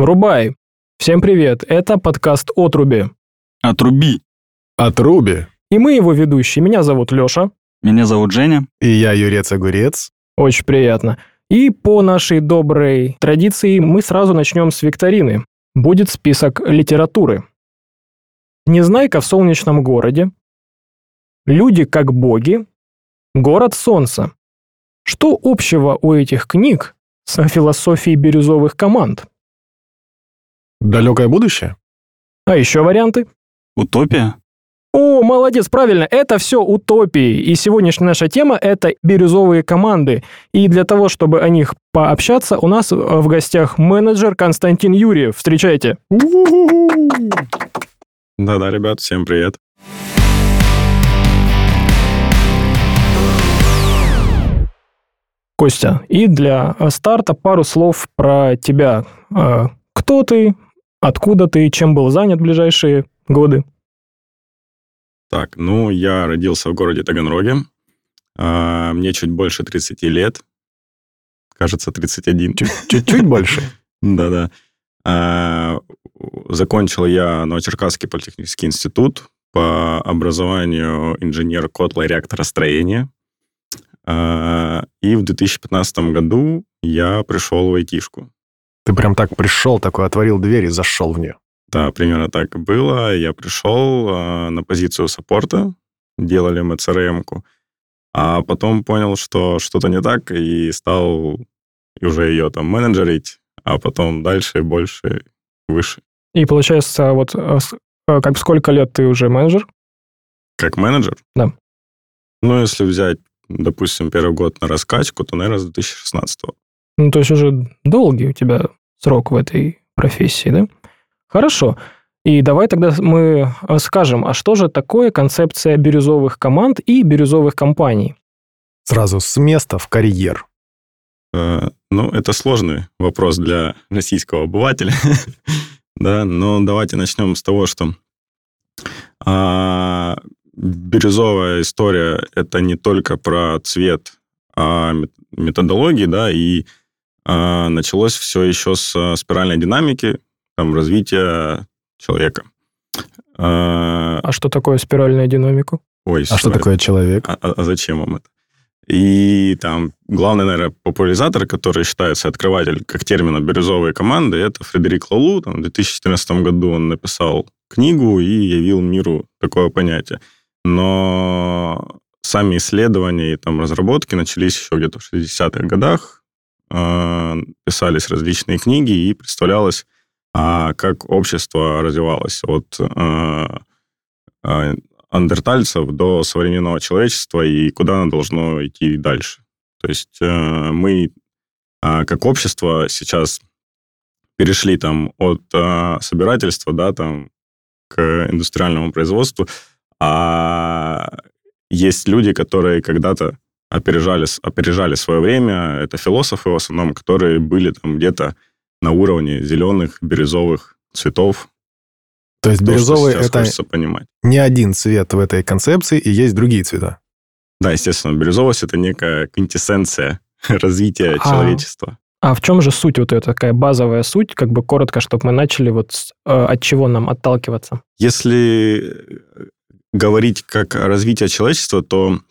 Врубай! Всем привет, это подкаст «Отруби». Отруби. Отруби. И мы его ведущие. Меня зовут Леша. Меня зовут Женя. И я Юрец-Огурец. Очень приятно. И по нашей доброй традиции мы сразу начнем с викторины. Будет список литературы. «Незнайка в солнечном городе», «Люди как боги», «Город солнца». Что общего у этих книг с философией бирюзовых команд? Далекое будущее? А еще варианты? Утопия. О, молодец, правильно, это все утопии. И сегодняшняя наша тема – это бирюзовые команды. И для того, чтобы о них пообщаться, у нас в гостях менеджер Константин Юрьев. Встречайте. Да-да, ребят, всем привет. Костя, и для старта пару слов про тебя. Кто ты, откуда ты, чем был занят в ближайшие годы? Так, я родился в городе Таганроге. Мне чуть больше 30 лет. Кажется, 31. Чуть-чуть больше? Да-да. Закончил я Новочеркасский политехнический институт по образованию инженер котла и реакторостроения. И в 2015 году я пришел в айтишку. Ты прям так пришел, такой отворил дверь и зашел в нее. Да, примерно так и было. Я пришел на позицию саппорта, делали мы CRM-ку, а потом понял, что что-то не так, и стал уже ее там менеджерить, а потом дальше, больше, выше. И получается, вот как сколько лет ты уже менеджер? Как менеджер? Да. Если взять, допустим, первый год на раскачку, то, наверное, с 2016-го. То есть уже долгий у тебя срок в этой профессии, да? Хорошо. И давай тогда мы скажем, а что же такое концепция бирюзовых команд и бирюзовых компаний? Сразу с места в карьер. Это сложный вопрос для российского обывателя. Да, но давайте начнем с того, что бирюзовая история – это не только про цвет, а методологии, да, и началось все еще с спиральной динамики, развития человека. А что такое спиральная динамика? Что такое человек? А зачем вам это? И главный, наверное, популяризатор, который считается открыватель как термина бирюзовые команды, это Фредерик Лалу. В 2014 году он написал книгу и явил миру такое понятие. Но сами исследования и разработки начались еще где-то в 60-х годах. Писались различные книги и представлялось, как общество развивалось от андертальцев до современного человечества и куда оно должно идти дальше. То есть мы, как общество, сейчас перешли от собирательства, да, к индустриальному производству, а есть люди, которые когда-то опережали свое время. Это философы в основном, которые были где-то на уровне зеленых, бирюзовых цветов. То есть бирюзовый – это понимать. Не один цвет в этой концепции, и есть другие цвета. Да, естественно, бирюзовость – это некая квинтэссенция развития человечества. А в чем же суть эта такая базовая суть, коротко, чтобы мы начали от чего нам отталкиваться? Если говорить как развитие человечества, то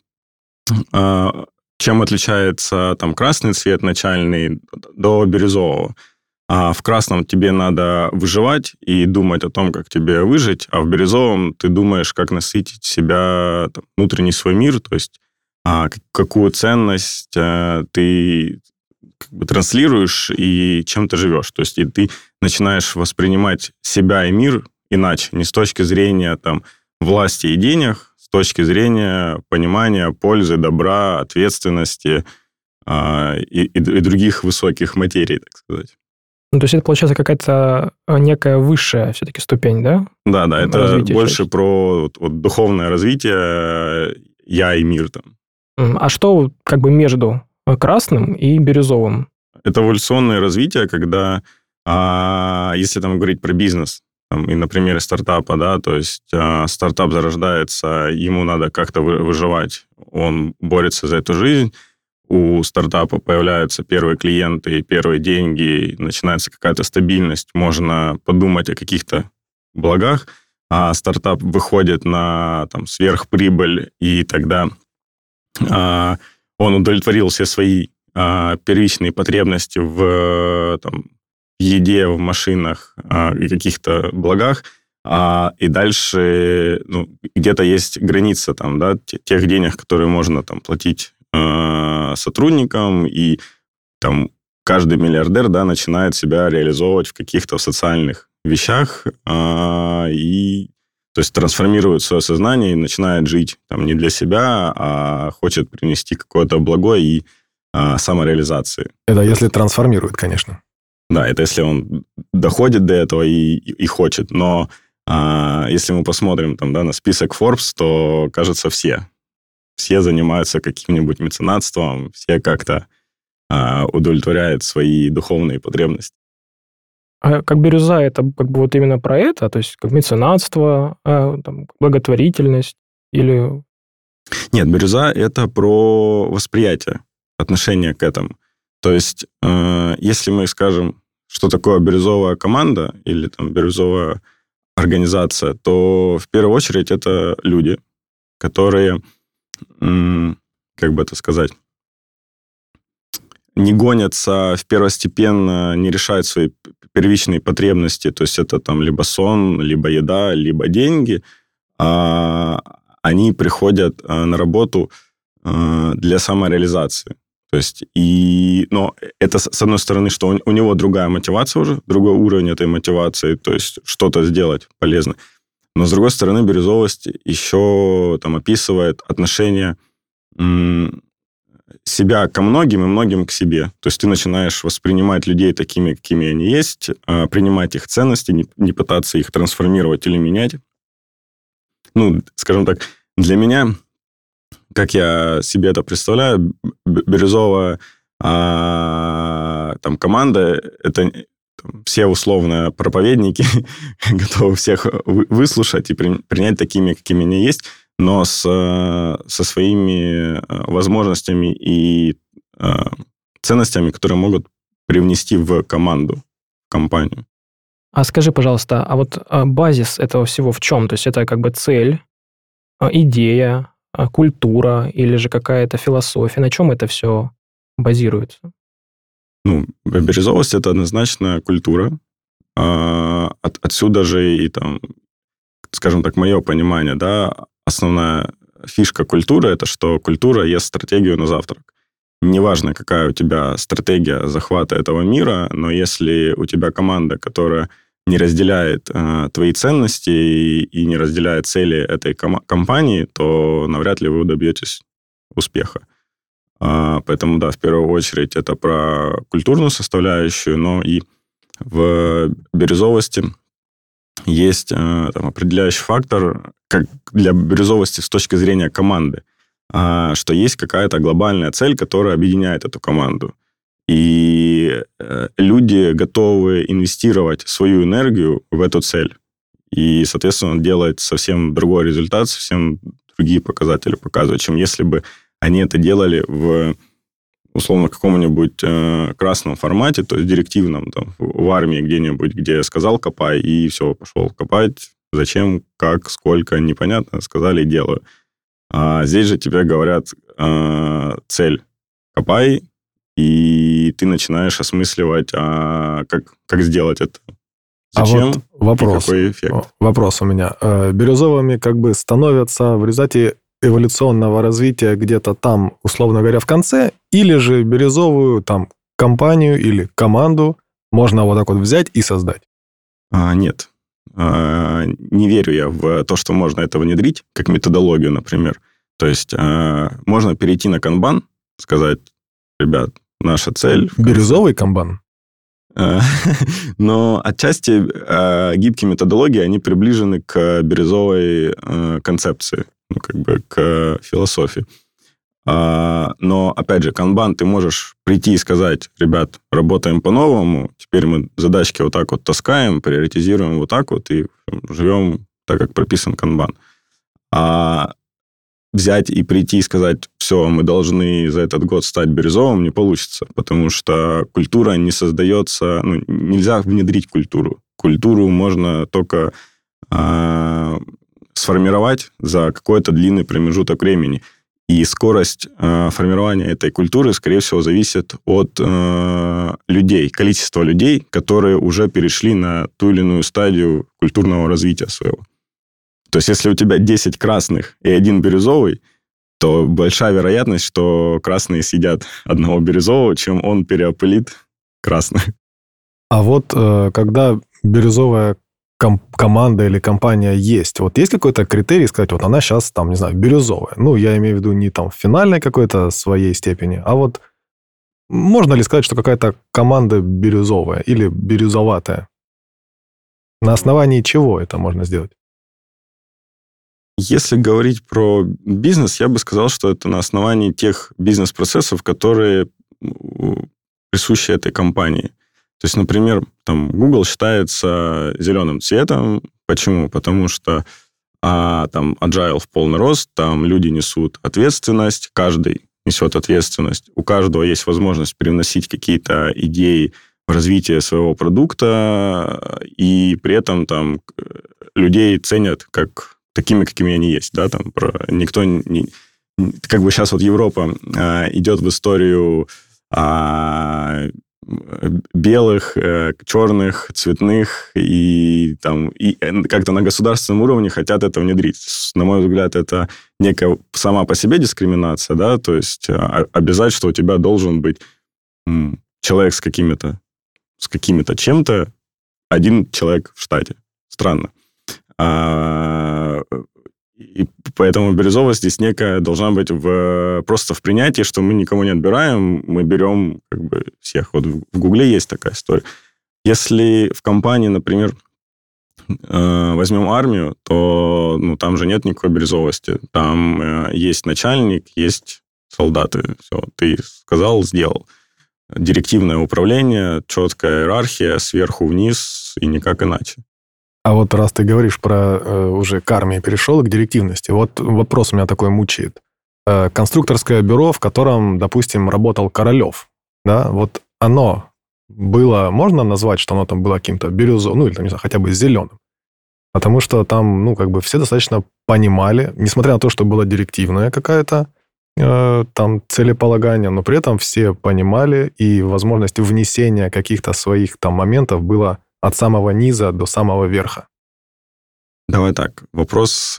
чем отличается красный цвет начальный до бирюзового? В красном тебе надо выживать и думать о том, как тебе выжить, а в бирюзовом ты думаешь, как насытить себя, внутренний свой мир, то есть какую ценность ты транслируешь и чем ты живешь. То есть и ты начинаешь воспринимать себя и мир иначе, не с точки зрения власти и денег, с точки зрения понимания пользы, добра, ответственности и других высоких материй, так сказать. То есть это, получается, какая-то некая высшая все-таки ступень, да? Да, это больше про духовное развитие «я» и «мир». А что между красным и бирюзовым? Это эволюционное развитие, когда, если говорить про бизнес, и на примере стартапа, да, то есть стартап зарождается, ему надо как-то выживать, он борется за эту жизнь, у стартапа появляются первые клиенты, первые деньги, начинается какая-то стабильность, можно подумать о каких-то благах, а стартап выходит на там, сверхприбыль, и тогда он удовлетворил все свои первичные потребности в там, еде, в машинах и каких-то благах, и дальше где-то есть граница там, да, тех денег, которые можно там, платить сотрудникам, и там каждый миллиардер, да, начинает себя реализовывать в каких-то социальных вещах, и то есть трансформирует свое сознание и начинает жить там, не для себя, а хочет принести какое-то благо и самореализации. Это если трансформирует, конечно. Да, это если он доходит до этого и хочет. Но если мы посмотрим там, да, на список Forbes, то, кажется, все занимаются каким-нибудь меценатством, все как-то удовлетворяют свои духовные потребности. А как бирюза, это как бы вот именно про это? То есть как меценатство, там, благотворительность или... Нет, бирюза – это про восприятие, отношение к этому. То есть если мы скажем, что такое бирюзовая команда или там бирюзовая организация, то в первую очередь это люди, которые, как бы это сказать, не гонятся второстепенно, не решают свои первичные потребности, то есть это там либо сон, либо еда, либо деньги, они приходят на работу для самореализации. То есть, но это, с одной стороны, что у него другая мотивация уже, другой уровень этой мотивации, то есть что-то сделать полезно. Но, с другой стороны, бирюзовость еще там описывает отношение себя ко многим и многим к себе. То есть ты начинаешь воспринимать людей такими, какими они есть, принимать их ценности, не пытаться их трансформировать или менять. Скажем так, для меня, как я себе это представляю, бирюзовая там, команда – это там, все условно проповедники, готовы всех выслушать и принять такими, какими они есть, но со своими возможностями и ценностями, которые могут привнести в команду, в компанию. А скажи, пожалуйста, а вот базис этого всего в чем? То есть это как бы цель, идея, культура или же какая-то философия? На чем это все базируется? Бирюзовость – это однозначно культура. Отсюда же и там, скажем так, мое понимание, да, основная фишка культуры – это что культура ест стратегию на завтрак. Неважно, какая у тебя стратегия захвата этого мира, но если у тебя команда, которая не разделяет твои ценности и не разделяет цели этой компании, то навряд ли вы добьетесь успеха. Поэтому, да, в первую очередь это про культурную составляющую, но и в бирюзовости есть там, определяющий фактор, как для бирюзовости с точки зрения команды, что есть какая-то глобальная цель, которая объединяет эту команду. И люди готовы инвестировать свою энергию в эту цель. И, соответственно, делать совсем другой результат, совсем другие показатели показывать, чем если бы они это делали в, условно, каком-нибудь красном формате, то есть директивном, там, в армии где-нибудь, где сказал копай, и все, пошел копать. Зачем, как, сколько, непонятно, сказали, делаю. А здесь же тебе говорят цель копай, и ты начинаешь осмысливать, как сделать это. Зачем? Вот вопрос. И какой эффект? Вопрос у меня. Бирюзовыми как бы становятся в результате эволюционного развития где-то там, условно говоря, в конце, или же бирюзовую там компанию или команду можно вот так вот взять и создать? Нет. Не верю я в то, что можно это внедрить, как методологию, например. То есть можно перейти на канбан, сказать, ребят, наша цель... Бирюзовый канбан? Но отчасти гибкие методологии, они приближены к бирюзовой концепции, как бы к философии. Но, опять же, канбан ты можешь прийти и сказать, ребят, работаем по-новому, теперь мы задачки вот так вот таскаем, приоритизируем вот так вот и живем так, как прописан канбан. взять и прийти и сказать, все, мы должны за этот год стать бирюзовым, не получится, потому что культура не создается, нельзя внедрить культуру. Культуру можно только сформировать за какой-то длинный промежуток времени. И скорость формирования этой культуры, скорее всего, зависит от людей, количества людей, которые уже перешли на ту или иную стадию культурного развития своего. То есть, если у тебя 10 красных и 1 бирюзовый, то большая вероятность, что красные съедят одного бирюзового, чем он переопылит красных. А вот когда бирюзовая команда или компания есть, вот есть какой-то критерий сказать, вот она сейчас, там, не знаю, бирюзовая. Я имею в виду не там в финальной какой-то своей степени, а вот можно ли сказать, что какая-то команда бирюзовая или бирюзоватая? На основании чего это можно сделать? Если говорить про бизнес, я бы сказал, что это на основании тех бизнес-процессов, которые присущи этой компании. То есть, например, там Google считается зеленым цветом. Почему? Потому что там agile в полный рост, там люди несут ответственность, каждый несет ответственность, у каждого есть возможность привносить какие-то идеи в развитие своего продукта, и при этом там людей ценят как такими, какими они есть. Да? Там никто не... Как бы сейчас вот Европа идет в историю белых, черных, цветных, и как-то на государственном уровне хотят это внедрить. На мой взгляд, это некая сама по себе дискриминация, да, то есть обязать, что у тебя должен быть человек с какими-то чем-то, один человек в штате. Странно. И поэтому бирюзовость здесь некая должна быть просто в принятии, что мы никого не отбираем, мы берем как бы всех. Вот в Гугле есть такая история. Если в компании, например, возьмем армию, то там же нет никакой бирюзовости. Там есть начальник, есть солдаты. Все, ты сказал, сделал. Директивное управление, четкая иерархия, сверху вниз и никак иначе. А вот раз ты говоришь про уже к армии перешел, к директивности, вот вопрос меня такой мучает. Конструкторское бюро, в котором, допустим, работал Королев, да, вот оно было, можно назвать, что оно там было каким-то бирюзовым, или там, не знаю, хотя бы зеленым? Потому что там, как бы все достаточно понимали, несмотря на то, что была директивная какая-то там целеполагание, но при этом все понимали, и возможность внесения каких-то своих там моментов было от самого низа до самого верха. Давай так. Вопрос,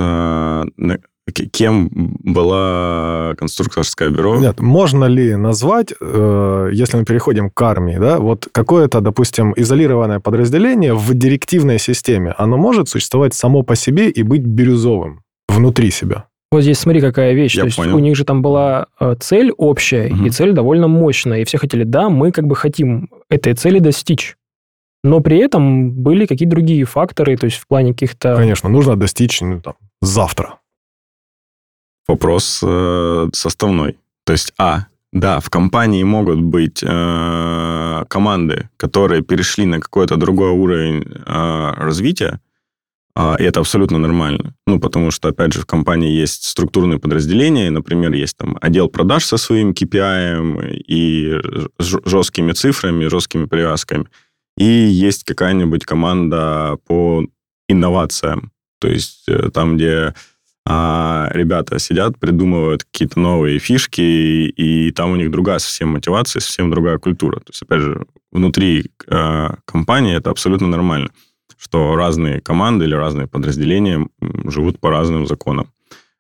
кем была конструкторское бюро? Нет, можно ли назвать, если мы переходим к армии, да, вот какое-то, допустим, изолированное подразделение в директивной системе, оно может существовать само по себе и быть бирюзовым внутри себя? Вот здесь смотри, какая вещь. Я То есть понял. у них же там была цель общая, и цель довольно мощная. И все хотели, да, мы как бы хотим этой цели достичь. Но при этом были какие-то другие факторы, то есть в плане каких-то... Конечно, нужно достичь завтра. Вопрос составной. То есть, да, в компании могут быть команды, которые перешли на какой-то другой уровень развития, и это абсолютно нормально. Потому что, опять же, в компании есть структурные подразделения, например, есть там отдел продаж со своим KPI и жесткими цифрами, жесткими привязками. И есть какая-нибудь команда по инновациям. То есть там, где ребята сидят, придумывают какие-то новые фишки, и там у них другая совсем мотивация, совсем другая культура. То есть, опять же, внутри компании это абсолютно нормально, что разные команды или разные подразделения живут по разным законам.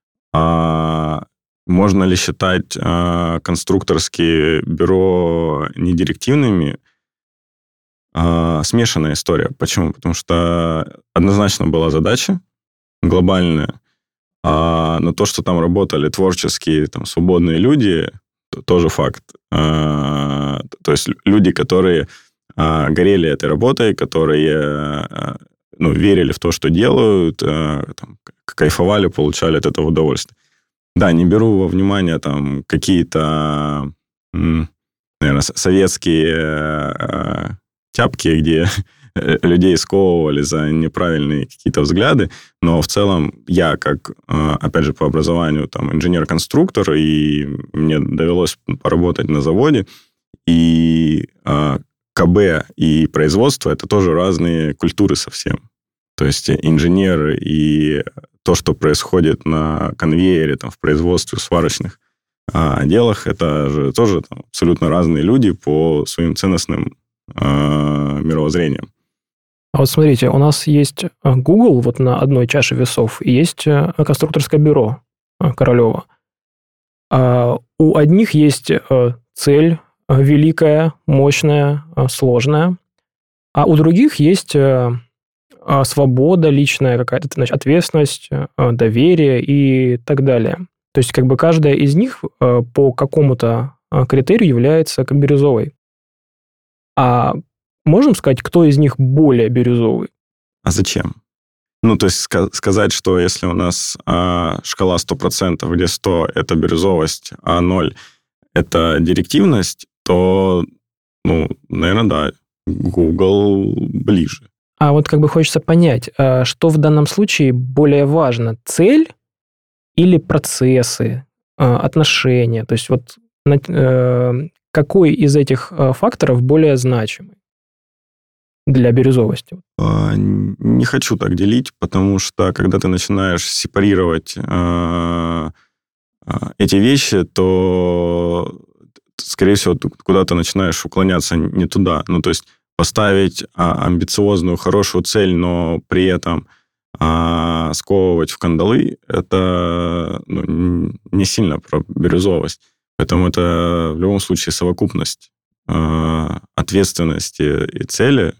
Можно ли считать конструкторские бюро недирективными? Смешанная история. Почему? Потому что однозначно была задача глобальная, но то, что там работали творческие, там, свободные люди, тоже факт. То есть люди, которые горели этой работой, которые верили в то, что делают, кайфовали, получали от этого удовольствие. Да, не беру во внимание там какие-то, наверное, советские тяпки, где людей сковывали за неправильные какие-то взгляды, но в целом я, как, опять же, по образованию там инженер-конструктор, и мне довелось поработать на заводе, и КБ и производство – это тоже разные культуры совсем. То есть инженеры и то, что происходит на конвейере, там, в производстве, сварочных делах, это же тоже там, абсолютно разные люди по своим ценностным мировоззрениям. А вот смотрите, у нас есть Google вот на одной чаше весов, и есть конструкторское бюро Королева. У одних есть цель великая, мощная, сложная, а у других есть свобода личная какая-то, значит, ответственность, доверие и так далее. То есть как бы каждая из них по какому-то критерию является как бирюзовой. А можем сказать, кто из них более бирюзовый? А зачем? Ну, то есть сказать, что если у нас шкала 100%, где 100 – это бирюзовость, а 0 – это директивность, то, ну, наверное, да, Google ближе. А вот как бы хочется понять, что в данном случае более важно, цель или процессы, отношения? То есть вот какой из этих факторов более значимый для бирюзовости? Не хочу так делить, потому что когда ты начинаешь сепарировать эти вещи, то, скорее всего, ты куда-то начинаешь уклоняться не туда. Ну, то есть поставить амбициозную, хорошую цель, но при этом сковывать в кандалы, это не сильно про бирюзовость. Поэтому это в любом случае совокупность ответственности и цели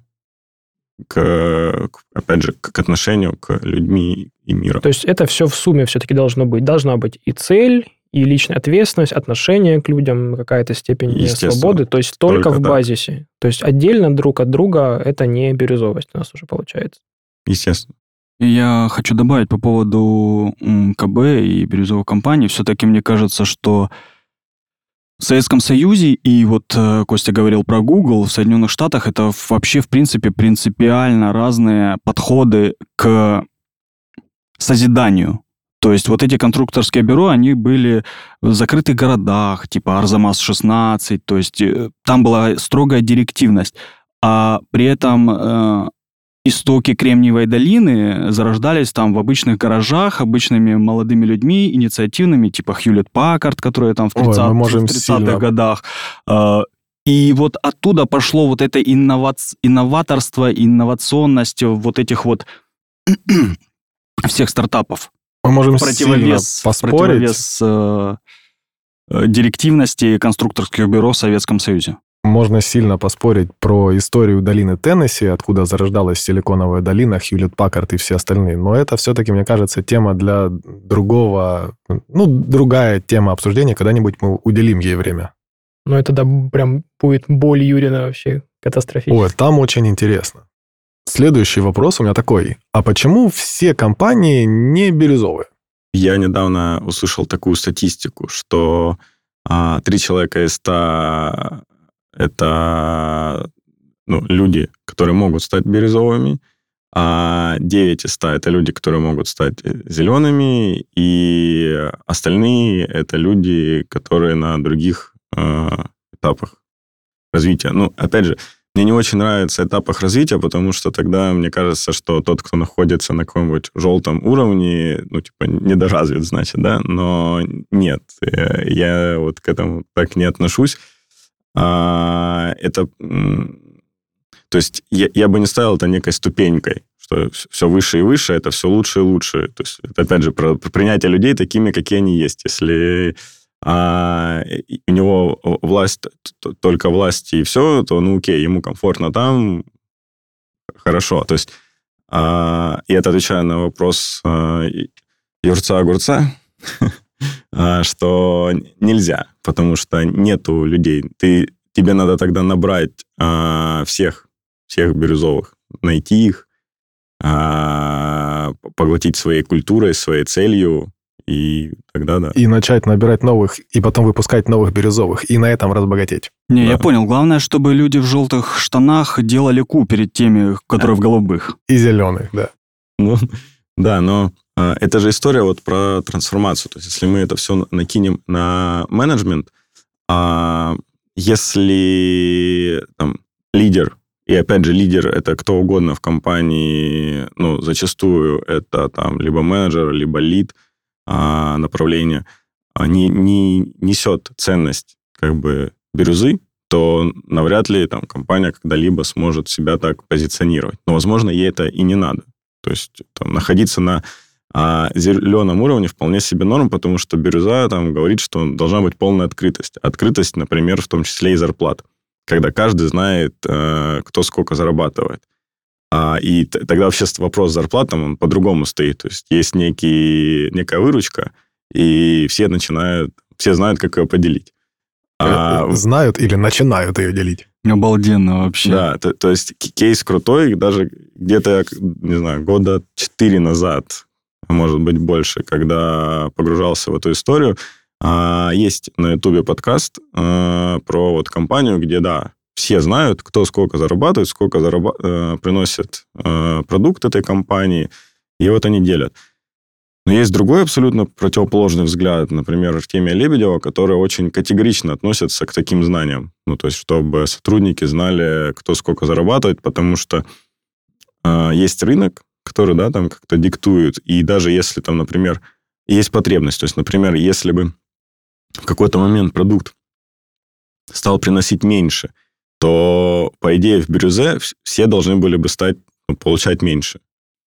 опять же, к отношению к людьми и миру. То есть это все в сумме все-таки должно быть. Должна быть и цель, и личная ответственность, отношение к людям, какая-то степень свободы. То есть только в базисе. То есть отдельно друг от друга это не бирюзовость у нас уже получается. Естественно. Я хочу добавить по поводу КБ и бирюзовых компаний. Все-таки мне кажется, что в Советском Союзе, и вот Костя говорил про Google, в Соединенных Штатах это вообще, в принципе, принципиально разные подходы к созиданию. То есть вот эти конструкторские бюро, они были в закрытых городах, типа Арзамас-16, то есть там была строгая директивность, а при этом истоки Кремниевой долины зарождались там в обычных гаражах, обычными молодыми людьми, инициативными, типа Хьюлетт-Паккард, которые там в 30-х годах. И вот оттуда пошло вот это инноваторство, инновационность вот этих вот всех стартапов. Мы можем противовес директивности конструкторских бюро в Советском Союзе. Можно сильно поспорить про историю долины Теннесси, откуда зарождалась Силиконовая долина, Хьюлетт-Паккард и все остальные. Но это все-таки, мне кажется, тема для другая тема обсуждения. Когда-нибудь мы уделим ей время. Ну, это да, прям будет боль Юрина вообще катастрофическая. Ой, там очень интересно. Следующий вопрос у меня такой. А почему все компании не бирюзовые? Я недавно услышал такую статистику, что 3 человека из 100 это люди, которые могут стать бирюзовыми, а 9 из 100 это люди, которые могут стать зелеными, и остальные это люди, которые на других этапах развития. Ну, опять же, мне не очень нравится этапах развития, потому что тогда мне кажется, что тот, кто находится на каком-нибудь желтом уровне, недоразвит, значит, да, но нет, я вот к этому так не отношусь. То есть я бы не ставил это некой ступенькой, что все выше и выше, это все лучше и лучше. То есть это, опять же, про принятие людей такими, какие они есть. Если у него власть, только власть и все, то, окей, ему комфортно там, хорошо. То есть, и это отвечая на вопрос Юрца-Огурца, что нельзя, потому что нету людей. Тебе надо тогда набрать всех бирюзовых, найти их, поглотить своей культурой, своей целью и тогда да. И начать набирать новых, и потом выпускать новых бирюзовых, и на этом разбогатеть. Не, Да. я понял. Главное, чтобы люди в желтых штанах делали ку перед теми, которые в голубых. И зеленых, да. Ну, да, но это же история вот про трансформацию. То есть, если мы это все накинем на менеджмент, если там лидер, и опять же лидер это кто угодно в компании, ну, зачастую это там либо менеджер, либо лид направления, не несет ценность как бы бирюзы, то навряд ли там компания когда-либо сможет себя так позиционировать. Но, возможно, ей это и не надо. То есть там, находиться на зеленом уровне вполне себе норм, потому что бирюза там говорит, что должна быть полная открытость. Открытость, например, в том числе и зарплат, когда каждый знает, кто сколько зарабатывает. И тогда вообще вопрос с зарплатом, он по-другому стоит. То есть есть некая выручка, и все знают, как ее поделить. Знают или начинают ее делить. Обалденно вообще. Да, то есть кейс крутой, даже где-то, не знаю, года 4 назад, а может быть больше, когда погружался в эту историю, есть на Ютубе подкаст про вот компанию, где, да, все знают, кто сколько зарабатывает, сколько приносит продукт этой компании, и вот они делят. Но есть другой абсолютно противоположный взгляд, например, Артемия Лебедева, который очень категорично относится к таким знаниям. Ну, то есть, чтобы сотрудники знали, кто сколько зарабатывает, потому что есть рынок, который, да, там как-то диктует, и даже если там, например, есть потребность, то есть, например, если бы в какой-то момент продукт стал приносить меньше, то, по идее, в бирюзе все должны были бы получать меньше.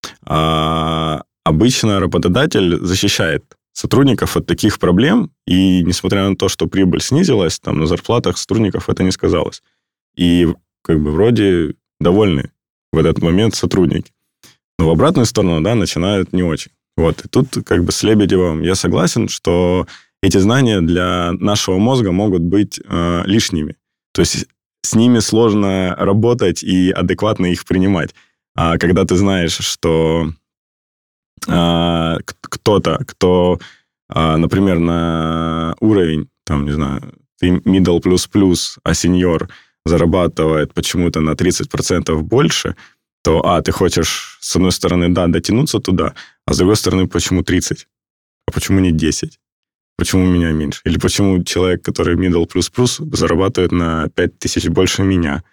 Обычно работодатель защищает сотрудников от таких проблем, и несмотря на то, что прибыль снизилась, там на зарплатах сотрудников это не сказалось. И как бы вроде довольны в этот момент сотрудники. Но в обратную сторону, да, начинают не очень. Вот. И тут как бы с Лебедевым я согласен, что эти знания для нашего мозга могут быть лишними. То есть с ними сложно работать и адекватно их принимать. А когда ты знаешь, что кто-то, кто, например, на уровень, там, не знаю, ты middle plus+, а сеньор зарабатывает почему-то на 30% больше, то, ты хочешь, с одной стороны, да, дотянуться туда, а с другой стороны, почему 30? А почему не 10? Почему у меня меньше? Или почему человек, который middle plus+, зарабатывает на 5000 больше меня?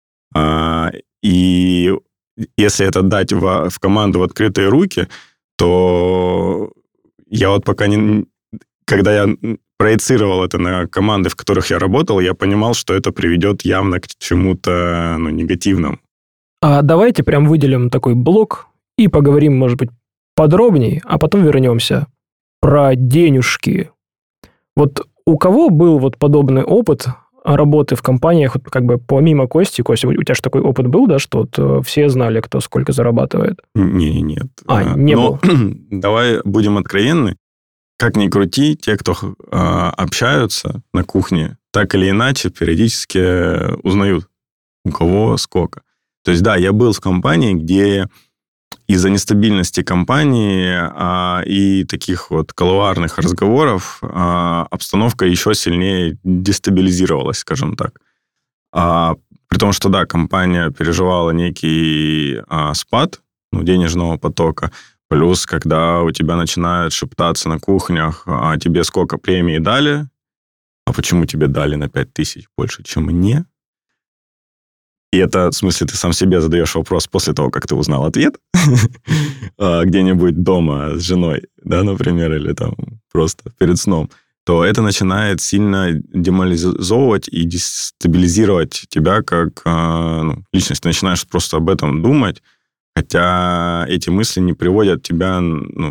И если это дать в команду в открытые руки, то я вот пока когда я проецировал это на команды, в которых я работал, я понимал, что это приведет явно к чему-то негативному. Давайте прям выделим такой блок и поговорим, может быть, подробнее, а потом вернемся про денежки. Вот у кого был вот подобный опыт работы в компаниях, вот как бы помимо Кости, Костя, у тебя же такой опыт был, да, что вот все знали, кто сколько зарабатывает? Нет. Не был. Давай будем откровенны. Как ни крути, те, кто общаются на кухне, так или иначе периодически узнают, у кого сколько. То есть, да, я был в компании, где из-за нестабильности компании и таких вот колуарных разговоров обстановка еще сильнее дестабилизировалась, скажем так. При том, что, да, компания переживала некий спад денежного потока, плюс, когда у тебя начинают шептаться на кухнях, а тебе сколько премии дали, а почему тебе дали на 5000 больше, чем мне? И это, в смысле, ты сам себе задаешь вопрос после того, как ты узнал ответ, где-нибудь дома с женой, да, например, или там просто перед сном, то это начинает сильно деморализовывать и дестабилизировать тебя как личность. Ты начинаешь просто об этом думать, хотя эти мысли не приводят тебя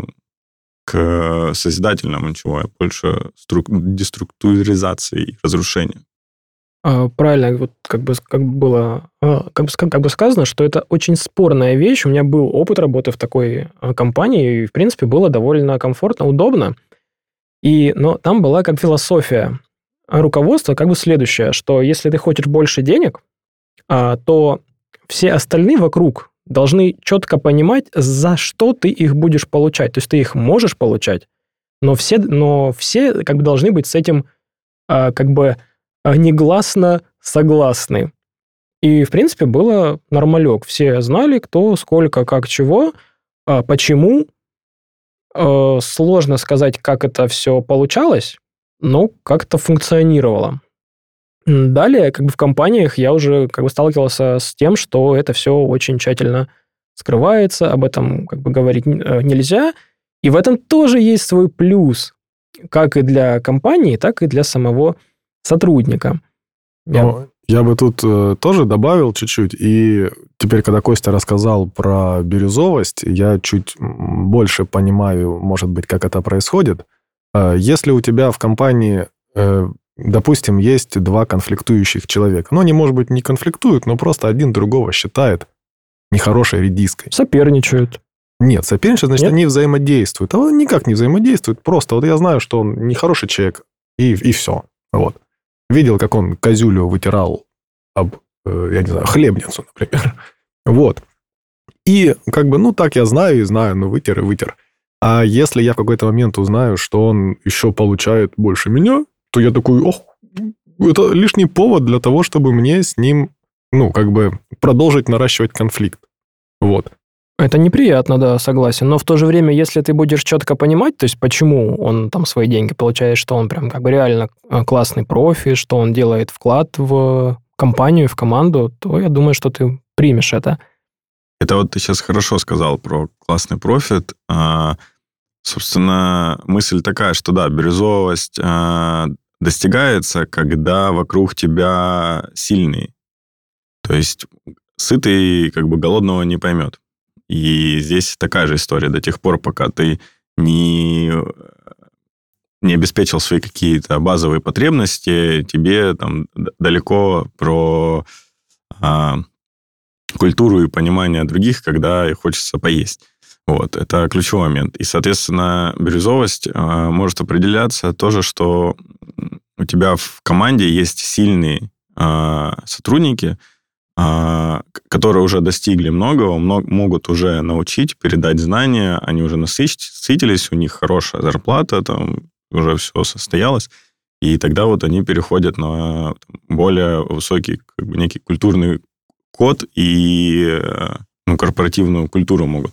к созидательному ничего, а больше деструктуризации и разрушению. Правильно, вот как бы было сказано, что это очень спорная вещь. У меня был опыт работы в такой компании, и, в принципе, было довольно комфортно, удобно. Но там была как философия руководства как бы следующая, что если ты хочешь больше денег, то все остальные вокруг должны четко понимать, за что ты их будешь получать. То есть ты их можешь получать, но все как бы должны быть с этим как бы негласно согласны. И, в принципе, было нормалек. Все знали, кто, сколько, как, чего, почему. Сложно сказать, как это все получалось, но как-то функционировало. Далее, как бы в компаниях я уже как бы сталкивался с тем, что это все очень тщательно скрывается, об этом как бы говорить нельзя. И в этом тоже есть свой плюс, как и для компании, так и для самого сотрудника. Я бы тут тоже добавил чуть-чуть. И теперь, когда Костя рассказал про бирюзовость, я чуть больше понимаю, может быть, как это происходит. Если у тебя в компании, допустим, есть два конфликтующих человека, они, может быть, не конфликтуют, но просто один другого считает нехорошей редиской. Соперничают. Нет, соперничают, значит, они взаимодействуют. А он никак не взаимодействует. Просто вот я знаю, что он нехороший человек, и все. Вот. Видел, как он козюлю вытирал об, я не знаю, хлебницу, например. Вот. И как бы, так я знаю, вытер и вытер. А если я в какой-то момент узнаю, что он еще получает больше меня, то я такой, это лишний повод для того, чтобы мне с ним, как бы продолжить наращивать конфликт. Вот. Это неприятно, да, согласен. Но в то же время, если ты будешь четко понимать, то есть почему он там свои деньги получает, что он прям как бы реально классный профи, что он делает вклад в компанию, в команду, то я думаю, что ты примешь это. Это вот ты сейчас хорошо сказал про классный профит. Собственно, мысль такая, что да, бирюзовость достигается, когда вокруг тебя сильный. То есть сытый как бы голодного не поймет. И здесь такая же история до тех пор, пока ты не обеспечил свои какие-то базовые потребности, тебе там далеко про культуру и понимание других, когда хочется поесть. Вот, это ключевой момент. И, соответственно, бирюзовость может определяться тоже, что у тебя в команде есть сильные сотрудники, которые уже достигли многого, могут уже научить, передать знания, они уже насытились, у них хорошая зарплата, там уже все состоялось, и тогда вот они переходят на более высокий как бы, некий культурный код и корпоративную культуру могут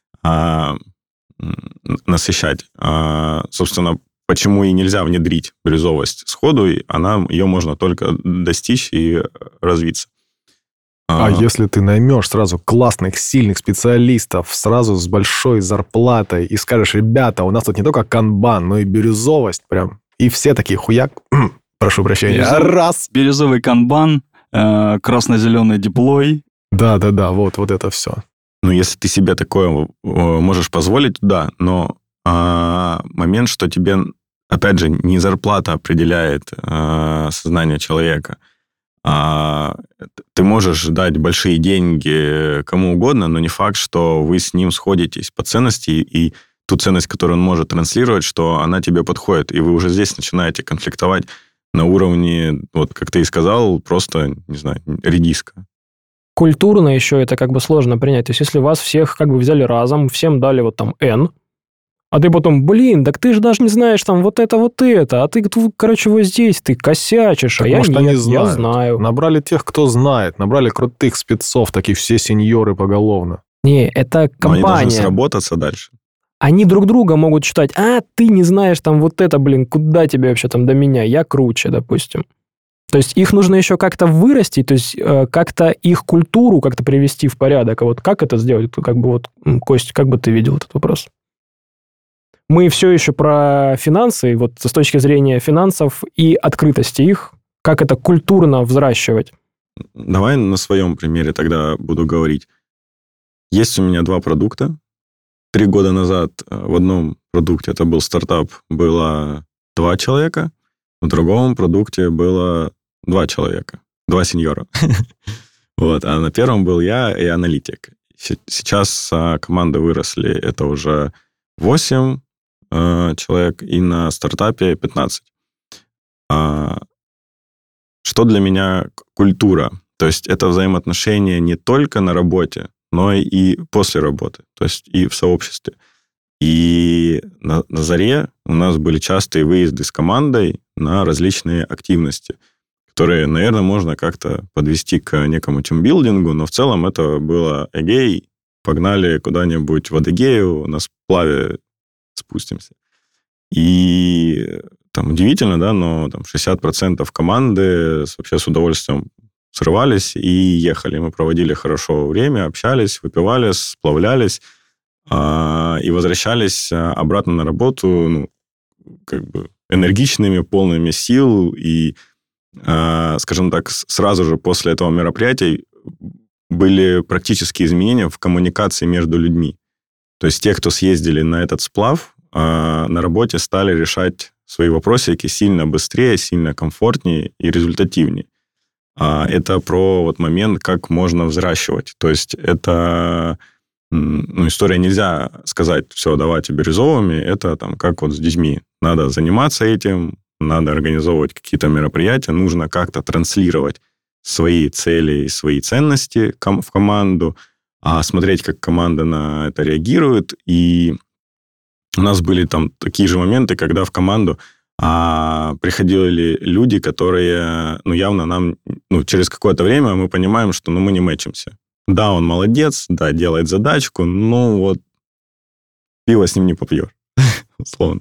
насыщать. Собственно, почему и нельзя внедрить бирюзовость сходу, ее можно только достичь и развиться. А если ты наймешь сразу классных, сильных специалистов, сразу с большой зарплатой, и скажешь, ребята, у нас тут не только канбан, но и бирюзовость прям, и все такие хуяк, прошу прощения, раз. Бирюзовый канбан, красно-зеленый диплой. Да, вот это все. Если ты себе такое можешь позволить, да, но момент, что тебе, опять же, не зарплата определяет сознание человека, ты можешь дать большие деньги кому угодно, но не факт, что вы с ним сходитесь по ценности, и ту ценность, которую он может транслировать, что она тебе подходит, и вы уже здесь начинаете конфликтовать на уровне, вот как ты и сказал, просто, не знаю, редиска. Культурно еще это как бы сложно принять. То есть, если вас всех как бы взяли разом, всем дали вот там N, а ты потом, так ты же даже не знаешь там вот это, а ты, короче, вот здесь ты косячишь, так, а может, я нет, я знаю. Набрали тех, кто знает, набрали крутых спецов, такие все сеньоры поголовно. Не, это компания. Но они должны сработаться дальше. Они друг друга могут считать, ты не знаешь там вот это, куда тебе вообще там до меня, я круче, допустим. То есть их нужно еще как-то вырастить, то есть как-то их культуру как-то привести в порядок. А вот как это сделать? Как бы вот, Кость, как бы ты видел этот вопрос? Мы все еще про финансы, и вот с точки зрения финансов и открытости их, как это культурно взращивать? Давай на своем примере тогда буду говорить. Есть у меня 2 продукта. 3 года назад в одном продукте, это был стартап, было 2 человека, в другом продукте было 2 человека, 2 сеньора. Вот, а на первом был я и аналитик. Сейчас команды выросли, это уже 8 человек, и на стартапе 15. Что для меня культура? То есть это взаимоотношения не только на работе, но и после работы, то есть и в сообществе. И на заре у нас были частые выезды с командой на различные активности, которые, наверное, можно как-то подвести к некому тимбилдингу, но в целом это было эгей, погнали куда-нибудь в Адыгею, на сплаве спустимся. И там удивительно, да, но там 60% команды вообще с удовольствием срывались и ехали. Мы проводили хорошо время, общались, выпивали, сплавлялись и возвращались обратно на работу, ну, как бы энергичными, полными сил. И, скажем так, сразу же после этого мероприятия были практические изменения в коммуникации между людьми. То есть те, кто съездили на этот сплав, на работе стали решать свои вопросики сильно быстрее, сильно комфортнее и результативнее. Это про вот момент, как можно взращивать. То есть это... Ну, история нельзя сказать, все, давайте бирюзовыми. Это там как вот с детьми. Надо заниматься этим, надо организовывать какие-то мероприятия, нужно как-то транслировать свои цели и свои ценности в команду, смотреть, как команда на это реагирует. И у нас были там такие же моменты, когда в команду приходили люди, которые, ну, явно нам, ну, через какое-то время мы понимаем, что, ну, мы не мэчимся. Да, он молодец, да, делает задачку, но вот пиво с ним не попьешь, условно.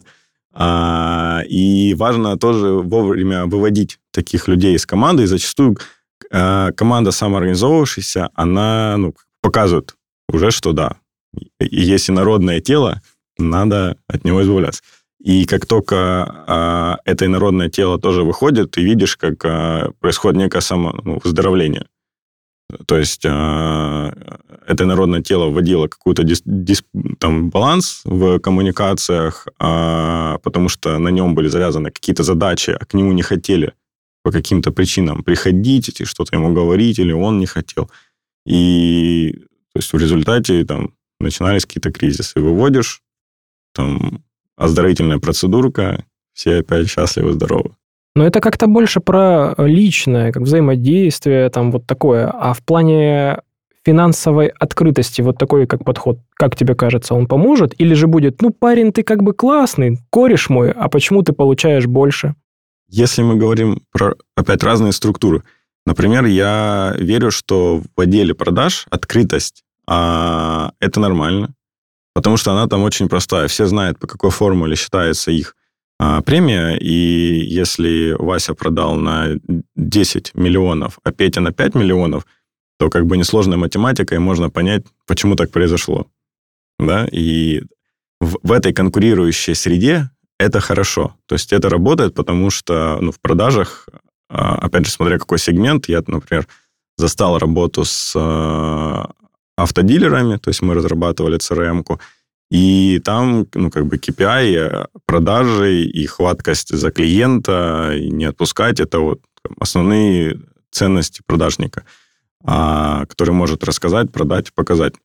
И важно тоже вовремя выводить таких людей из команды, и зачастую команда самоорганизовавшаяся, она, ну, показывает уже, что да, есть инородное тело, надо от него избавляться. И как только это инородное тело тоже выходит, ты видишь, как происходит некое выздоровление. То есть это инородное тело вводило какой-то там баланс в коммуникациях, потому что на нем были завязаны какие-то задачи, а к нему не хотели по каким-то причинам приходить, и что-то ему говорить, или он не хотел. И то есть в результате там начинались какие-то кризисы. Выводишь, там оздоровительная процедурка, все опять счастливы, здоровы. Но это как-то больше про личное, как взаимодействие, там вот такое. А в плане финансовой открытости вот такой как подход, как тебе кажется, он поможет? Или же будет, ну, парень, ты как бы классный, кореш мой, а почему ты получаешь больше? Если мы говорим про, опять, разные структуры. Например, я верю, что в отделе продаж открытость это нормально, потому что она там очень простая. Все знают, по какой формуле считается их премия, и если Вася продал на 10 миллионов, а Петя на 5 миллионов, то как бы несложная математика, и можно понять, почему так произошло. Да? И в этой конкурирующей среде это хорошо. То есть это работает, потому что в продажах, опять же, смотря какой сегмент, я, например, застал работу с автодилерами, то есть мы разрабатывали CRM-ку, и там, как бы KPI, продажи и хваткость за клиента, и не отпускать, это вот основные ценности продажника, который может рассказать, продать, показать.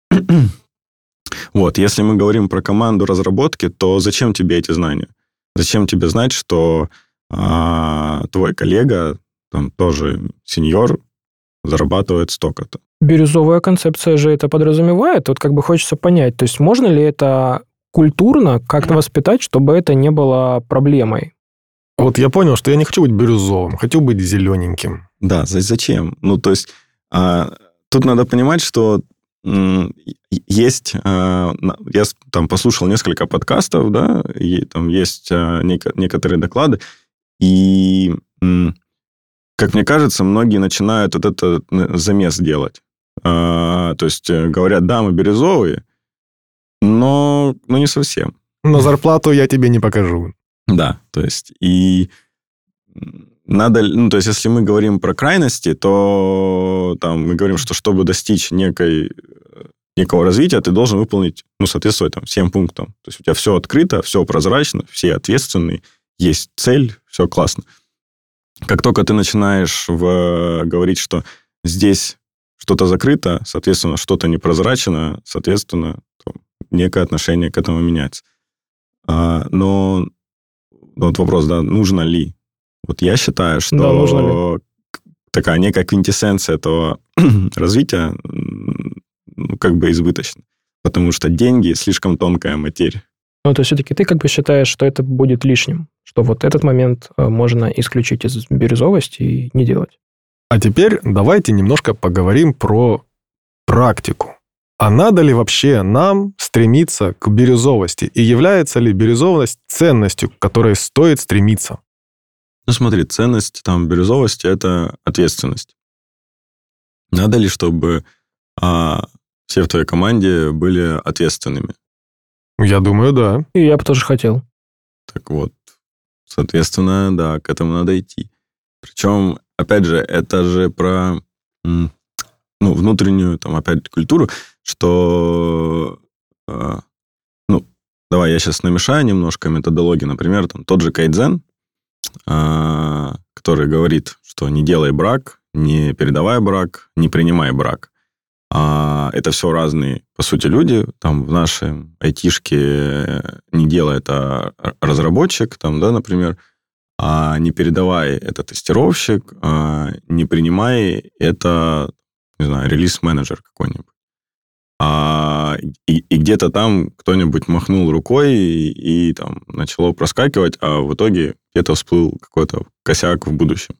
Вот, если мы говорим про команду разработки, то зачем тебе эти знания? Зачем тебе знать, что твой коллега, там тоже сеньор, зарабатывает столько-то? Бирюзовая концепция же это подразумевает. Вот как бы хочется понять, то есть можно ли это культурно как-то воспитать, чтобы это не было проблемой? Вот я понял, что я не хочу быть бирюзовым, хочу быть зелененьким. Да, зачем? То есть тут надо понимать, что есть... Я там послушал несколько подкастов, да, и там есть некоторые доклады, и, как мне кажется, многие начинают вот этот замес делать. То есть говорят, да, мы бирюзовые, но не совсем. Но зарплату я тебе не покажу. Да, то есть и надо, то есть если мы говорим про крайности, то там мы говорим, что чтобы достичь некого развития, ты должен выполнить, соответствовать там 7 пунктам. То есть у тебя все открыто, все прозрачно, все ответственные, есть цель, все классно. Как только ты начинаешь говорить, что здесь что-то закрыто, соответственно, что-то непрозрачно, соответственно, некое отношение к этому меняется. Но вот вопрос, да, нужно ли? Вот я считаю, что да, нужно ли? Такая некая квинтэссенция этого развития как бы избыточна. потому что деньги слишком тонкая материя. Ну, то есть все-таки ты как бы считаешь, что это будет лишним, что вот этот момент можно исключить из бирюзовости и не делать. А теперь давайте немножко поговорим про практику. А надо ли вообще нам стремиться к бирюзовости? И является ли бирюзовость ценностью, к которой стоит стремиться? Ну, смотри, ценность бирюзовости – это ответственность. Надо ли, чтобы все в твоей команде были ответственными? Я думаю, да. И я бы тоже хотел. Так вот, соответственно, да, к этому надо идти. Причем, опять же, это же про внутреннюю, опять, культуру, что, давай я сейчас намешаю немножко методологии. Например, тот же кайдзен, который говорит, что не делай брак, не передавай брак, не принимай брак. Это все разные, по сути, люди. В нашей айтишке не делает, а разработчик, например. Не передавай, это тестировщик. Не принимай, это, не знаю, релиз-менеджер какой-нибудь. И где-то там кто-нибудь махнул рукой, и начало проскакивать, а в итоге где-то всплыл какой-то косяк в будущем.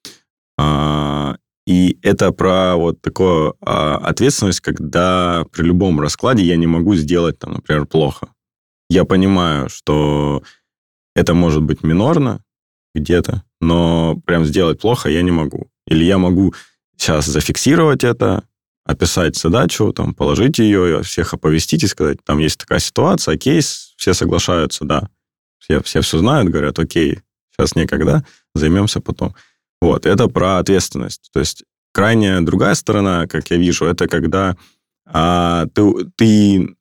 И это про вот такую ответственность, когда при любом раскладе я не могу сделать, например, плохо. Я понимаю, что это может быть минорно где-то, но прям сделать плохо я не могу. Или я могу сейчас зафиксировать это, описать задачу, положить ее, всех оповестить и сказать, есть такая ситуация, кейс, все соглашаются, да. Все знают, говорят, окей, сейчас некогда, займемся потом. Вот, это про ответственность. То есть крайняя другая сторона, как я вижу, это когда ты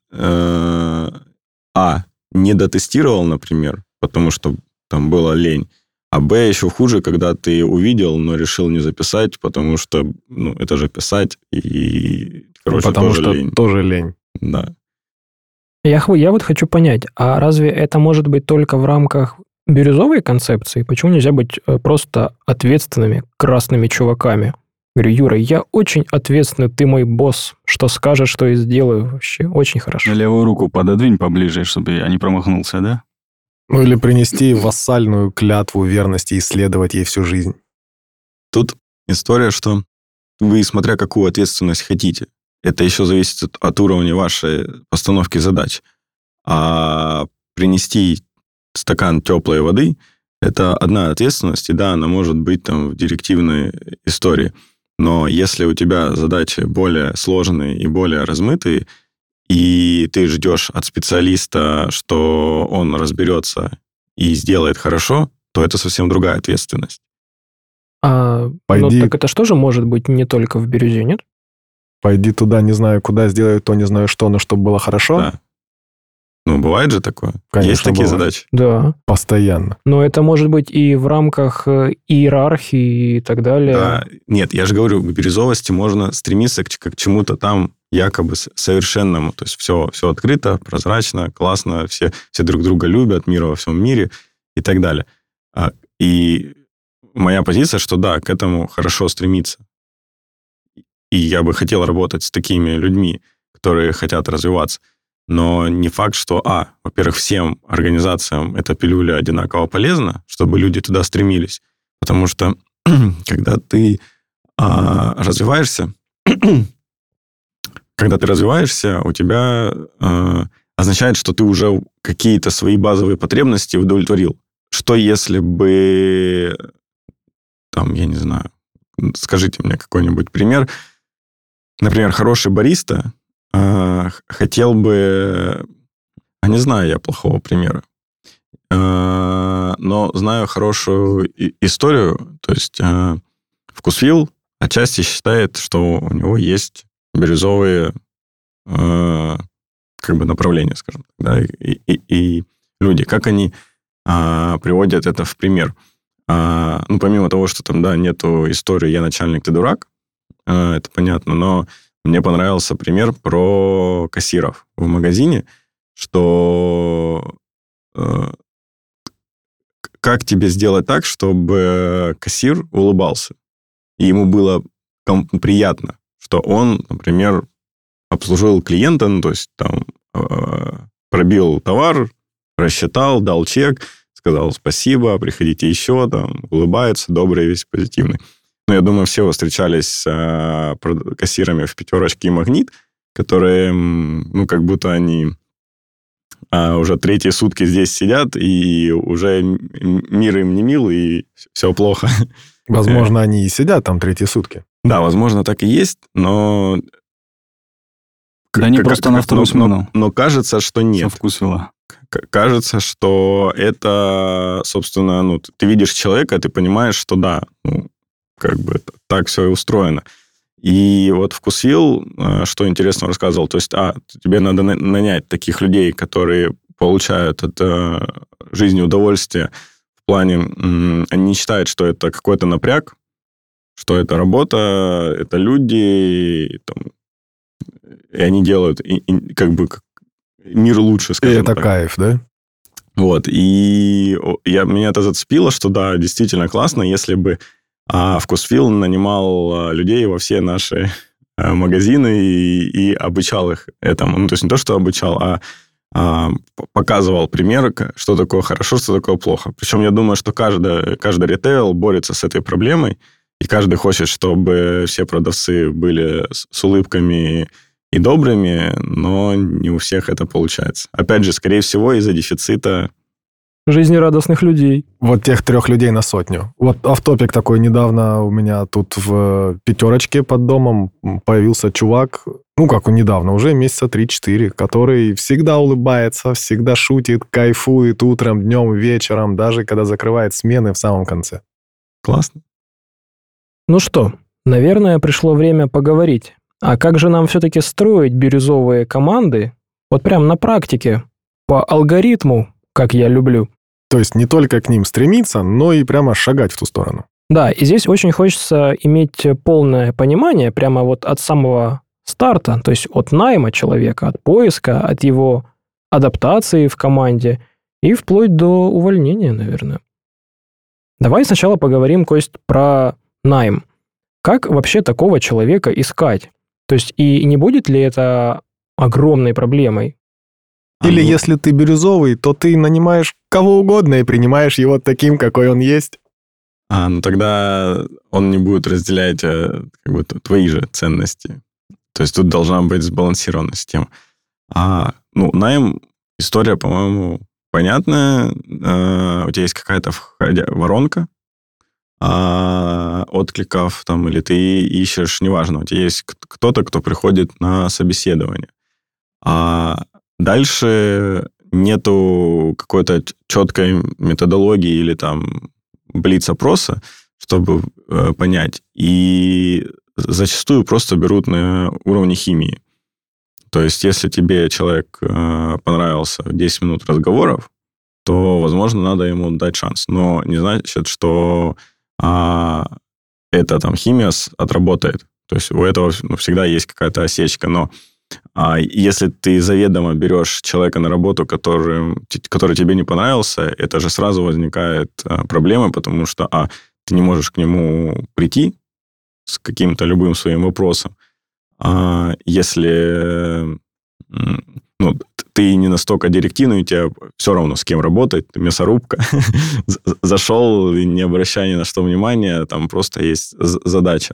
не дотестировал, например, потому что была лень, а б, еще хуже, когда ты увидел, но решил не записать, потому что, это же писать, и, потому тоже что лень. тоже лень. Да. Я вот хочу понять, а разве это может быть только в рамках бирюзовой концепции? Почему нельзя быть просто ответственными красными чуваками? Говорю, Юра, я очень ответственный, ты мой босс. Что скажешь, что и сделаю. Вообще очень хорошо. Левую руку пододвинь поближе, чтобы я не промахнулся, да? Или принести вассальную клятву верности и следовать ей всю жизнь. Тут история, что вы, смотря какую ответственность хотите, это еще зависит от уровня вашей постановки задач. А принести стакан теплой воды – это одна ответственность, и да, она может быть в директивной истории. Но если у тебя задачи более сложные и более размытые, и ты ждешь от специалиста, что он разберется и сделает хорошо, то это совсем другая ответственность. Пойди. Так это что же может быть не только в бирюзе, нет? Пойди туда, не знаю куда, сделай то, не знаю что, но чтобы было хорошо. Да. Бывает же такое. Конечно, есть такие бывает. задачи. Да. Постоянно. Но это может быть и в рамках иерархии и так далее. Да. Нет, я же говорю, к бирюзовости можно стремиться к чему-то якобы совершенному. То есть все открыто, прозрачно, классно, все друг друга любят, мир во всем мире и так далее. И моя позиция, что да, к этому хорошо стремиться. И я бы хотел работать с такими людьми, которые хотят развиваться. Но не факт, что, во-первых, всем организациям эта пилюля одинаково полезна, чтобы люди туда стремились. Потому что, когда ты развиваешься, у тебя означает, что ты уже какие-то свои базовые потребности удовлетворил. Что если бы, я не знаю, скажите мне какой-нибудь пример. Например, хороший бариста хотел бы... не знаю я плохого примера. Но знаю хорошую историю. То есть Вкусвилл отчасти считает, что у него есть бирюзовые направления, скажем так. Да? И люди, как они приводят это в пример. Помимо того, что нету истории «я начальник, ты дурак», это понятно, но мне понравился пример про кассиров в магазине, что как тебе сделать так, чтобы кассир улыбался, и ему было приятно, что он, например, обслужил клиента, ну, то есть там пробил товар, рассчитал, дал чек, сказал спасибо, приходите еще, там, улыбается, добрый, весь позитивный. Но я думаю, все вы встречались с кассирами в «Пятерочке» и «Магнит», которые, ну, как будто они уже третьи сутки здесь сидят, и уже мир им не мил, и все плохо. Возможно, они и сидят там третьи сутки. Да, возможно, так и есть, но... Да они просто на вторую смену. Но кажется, что нет. Совкусила. Кажется, что это, собственно, ну, ты видишь человека, ты понимаешь, что да, ну, как бы так все и устроено. И вот Вкусвилл, что интересно рассказывал, то есть, тебе надо нанять таких людей, которые получают от жизни удовольствие в плане, они не считают, что это какой-то напряг, что это работа, это люди, и они делают как бы мир лучше, скажем так. И это кайф, да? Вот, и меня это зацепило, что да, действительно классно, если бы Вкусвилл нанимал людей во все наши магазины и обучал их этому. Ну, то есть не то, что обучал, а показывал пример, что такое хорошо, что такое плохо. Причем я думаю, что каждый ритейл борется с этой проблемой, и каждый хочет, чтобы все продавцы были с улыбками и добрыми, но не у всех это получается. Опять же, скорее всего, из-за дефицита жизнерадостных людей. Вот тех 3 людей на 100. Вот офф-топик такой. Недавно у меня тут в «Пятерочке» под домом появился чувак, ну, как он недавно, уже месяца 3-4, который всегда улыбается, всегда шутит, кайфует утром, днем, вечером, даже когда закрывает смены в самом конце. классно. Ну что, наверное, пришло время поговорить. А как же нам все-таки строить бирюзовые команды? Вот прям на практике, по алгоритму, как я люблю. То есть не только к ним стремиться, но и прямо шагать в ту сторону. Да, и здесь очень хочется иметь полное понимание прямо вот от самого старта, то есть от найма человека, от поиска, от его адаптации в команде и вплоть до увольнения, наверное. Давай сначала поговорим, Кость, про найм. Как вообще такого человека искать? То есть и не будет ли это огромной проблемой? Или если ты бирюзовый, то ты нанимаешь кого угодно и принимаешь его таким, какой он есть. Ну тогда он не будет разделять как бы твои же ценности. То есть тут должна быть сбалансированность тем. Найм, история, по-моему, понятная. У тебя есть какая-то воронка откликов, там, или ты ищешь, неважно, у тебя есть кто-то, кто приходит на собеседование. Дальше нету какой-то четкой методологии или там блиц-опроса, чтобы понять. И зачастую просто берут на уровне химии. То есть, если тебе человек понравился в 10 минут разговоров, то, возможно, надо ему дать шанс. Но не значит, что эта там химия отработает. То есть, у этого всегда есть какая-то осечка. Но если ты заведомо берешь человека на работу, который тебе не понравился, это же сразу возникает проблема, потому что ты не можешь к нему прийти с каким-то любым своим вопросом. Если ты не настолько директивный, у тебя все равно с кем работать, ты мясорубка, зашел, не обращая ни на что внимания, там просто есть задача.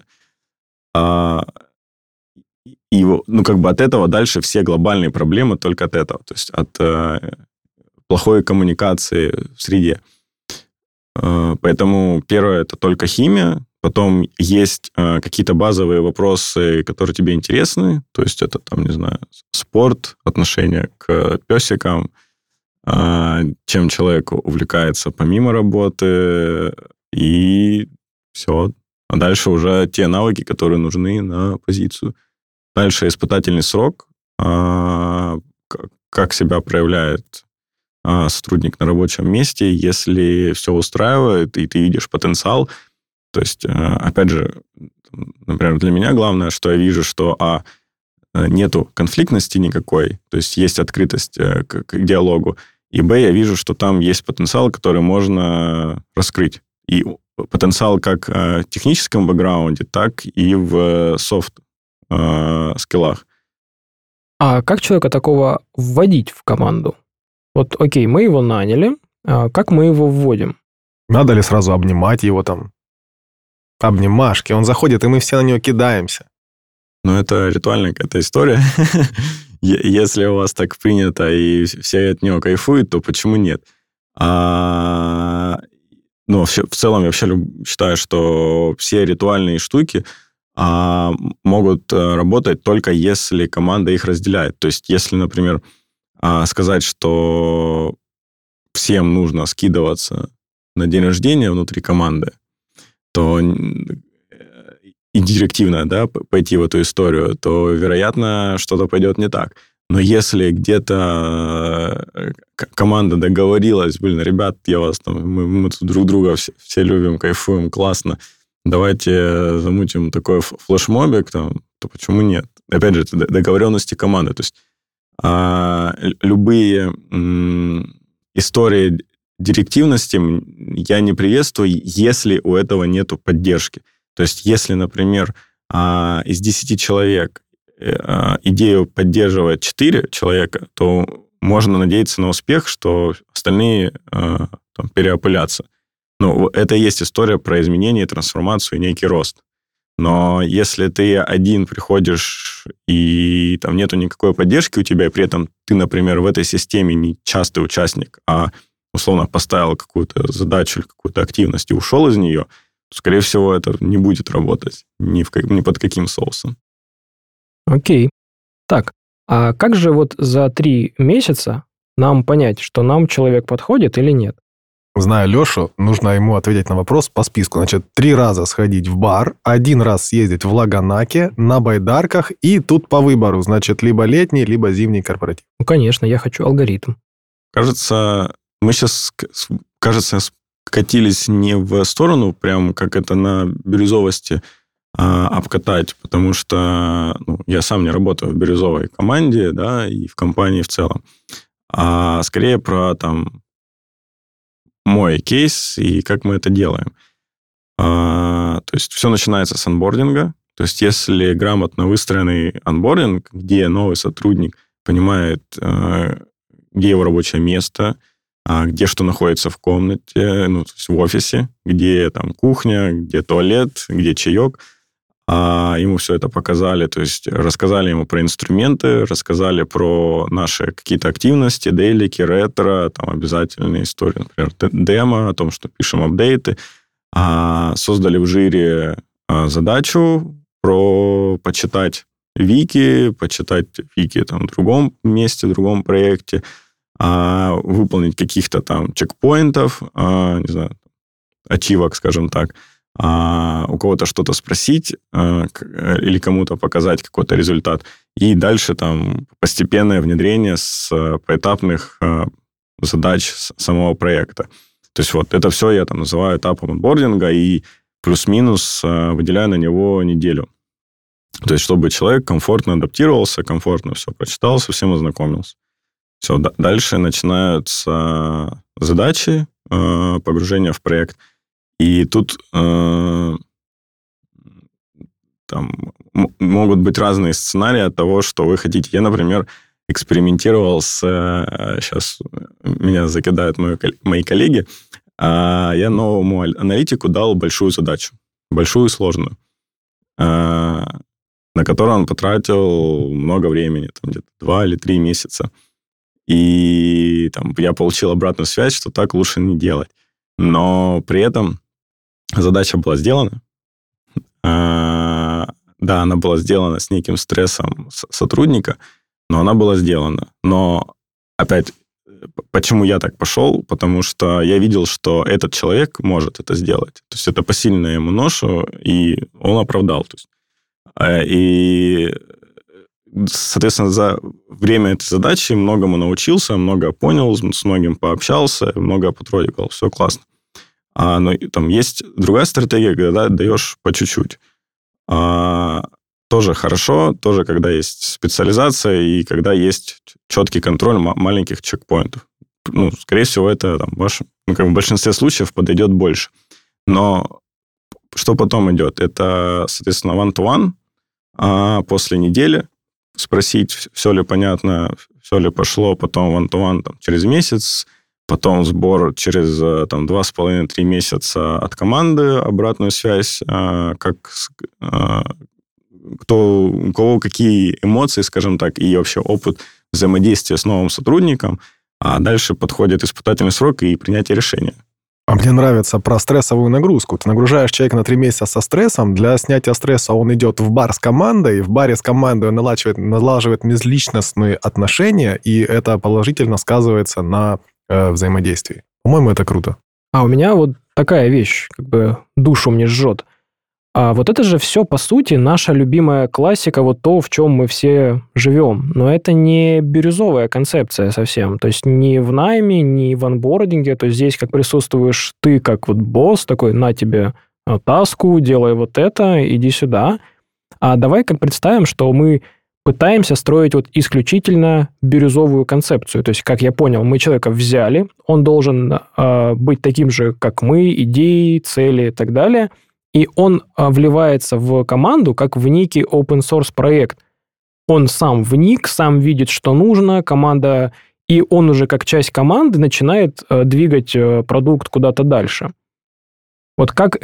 И от этого дальше все глобальные проблемы только от этого, то есть от плохой коммуникации в среде. Поэтому первое – это только химия, потом есть какие-то базовые вопросы, которые тебе интересны, то есть это, там, не знаю, спорт, отношение к песикам, чем человек увлекается помимо работы, и все. А дальше уже те навыки, которые нужны на позицию. Дальше испытательный срок, как себя проявляет сотрудник на рабочем месте, если все устраивает, и ты видишь потенциал. То есть, опять же, например, для меня главное, что я вижу, что нету конфликтности никакой, то есть есть открытость к диалогу, и я вижу, что там есть потенциал, который можно раскрыть. И потенциал как в техническом бэкграунде, так и в софт скиллах. А как человека такого вводить в команду? Вот, окей, мы его наняли, а как мы его вводим? Надо ли сразу обнимать его там? Обнимашки. Он заходит, и мы все на него кидаемся. Ну, это ритуальная какая-то история. Если у вас так принято, и все от него кайфуют, то почему нет? Ну, в целом, я вообще считаю, что все ритуальные штуки могут работать только если команда их разделяет. То есть, если, например, сказать, что всем нужно скидываться на день рождения внутри команды, то и директивно, да, пойти в эту историю, то, вероятно, что-то пойдет не так. Но если где-то команда договорилась, ребят, я вас там, мы тут друг друга все любим, кайфуем, классно, давайте замутим такой флешмобик, там, то почему нет? Опять же, это договоренности команды. То есть любые истории директивности я не приветствую, если у этого нету поддержки. То есть если, например, из 10 человек идею поддерживает 4 человека, то можно надеяться на успех, что остальные там, переопылятся. Ну, это и есть история про изменение, трансформацию и некий рост. Но если ты один приходишь, и там нету никакой поддержки у тебя, и при этом ты, например, в этой системе не частый участник, а условно поставил какую-то задачу или какую-то активность и ушел из нее, то, скорее всего, это не будет работать ни под каким соусом. Окей. Так, а как же вот за 3 месяца нам понять, что нам человек подходит или нет? Зная Лешу, нужно ему ответить на вопрос по списку. Значит, 3 раза сходить в бар, 1 раз съездить в Лаганаке, на байдарках, и тут по выбору. Значит, либо летний, либо зимний корпоратив. Ну, конечно, я хочу алгоритм. Кажется, мы сейчас, катились не в сторону, прям как это на бирюзовости обкатать, потому что я сам не работаю в бирюзовой команде, да, и в компании в целом, а скорее про там мой кейс и как мы это делаем. То есть все начинается с онбординга. То есть если грамотно выстроенный онбординг, где новый сотрудник понимает, где его рабочее место, где что находится в комнате, то есть в офисе, где там кухня, где туалет, где чаек, ему все это показали, то есть рассказали ему про инструменты, рассказали про наши какие-то активности, дейлики, ретро, там обязательные истории, например, демо, о том, что пишем апдейты, создали в жире задачу про почитать вики там, в другом месте, в другом проекте, выполнить каких-то там чекпоинтов, не знаю, ачивок, скажем так, у кого-то что-то спросить или кому-то показать какой-то результат. И дальше там постепенное внедрение с поэтапных задач самого проекта. То есть вот это все я там называю этапом онбординга и плюс-минус выделяю на него неделю. То есть чтобы человек комфортно адаптировался, комфортно все прочитал, со всем ознакомился. Все, дальше начинаются задачи, погружения в проект. И тут там могут быть разные сценарии от того, что вы хотите. Я, например, экспериментировал сейчас меня закидают мои коллеги, я новому аналитику дал большую задачу, большую и сложную, на которую он потратил много времени, там где-то 2 или 3 месяца. И там я получил обратную связь, что так лучше не делать. Но при этом задача была сделана. Да, она была сделана с неким стрессом сотрудника, но она была сделана. Но, опять, почему я так пошел? Потому что я видел, что этот человек может это сделать. То есть это посильно ему ношу, и он оправдал. То есть, и, соответственно, за время этой задачи многому научился, много понял, с многим пообщался, много потролликал. Все классно. Но там есть другая стратегия, когда даешь по чуть-чуть. Тоже хорошо, тоже когда есть специализация и когда есть четкий контроль маленьких чекпоинтов. Скорее всего, это там, в большинстве случаев подойдет больше. Но что потом идет? Это, соответственно, one-to-one после недели. спросить, все ли понятно, все ли пошло, потом one-to-one через месяц, потом сбор через 2,5-3 месяца от команды, обратную связь, у кого какие эмоции, скажем так, и вообще опыт взаимодействия с новым сотрудником, а дальше подходит испытательный срок и принятие решения. А мне нравится про стрессовую нагрузку. Ты нагружаешь человека на 3 месяца со стрессом. Для снятия стресса он идет в бар с командой. В баре с командой он налаживает межличностные отношения, и это положительно сказывается на взаимодействии. По-моему, это круто. А у меня вот такая вещь, душу мне жжет. А вот это же все, по сути, наша любимая классика, вот то, в чем мы все живем. Но это не бирюзовая концепция совсем. То есть ни в найме, ни в онбординге. То есть здесь как присутствуешь ты, как вот босс, такой, на тебе таску, делай вот это, иди сюда. А давай как представим, что мы пытаемся строить вот исключительно бирюзовую концепцию. То есть, как я понял, мы человека взяли, он должен быть таким же, как мы, идеи, цели и так далее, и он вливается в команду как в некий open-source проект. Он сам вник, сам видит, что нужно, команда, и он уже как часть команды начинает двигать продукт куда-то дальше. Вот как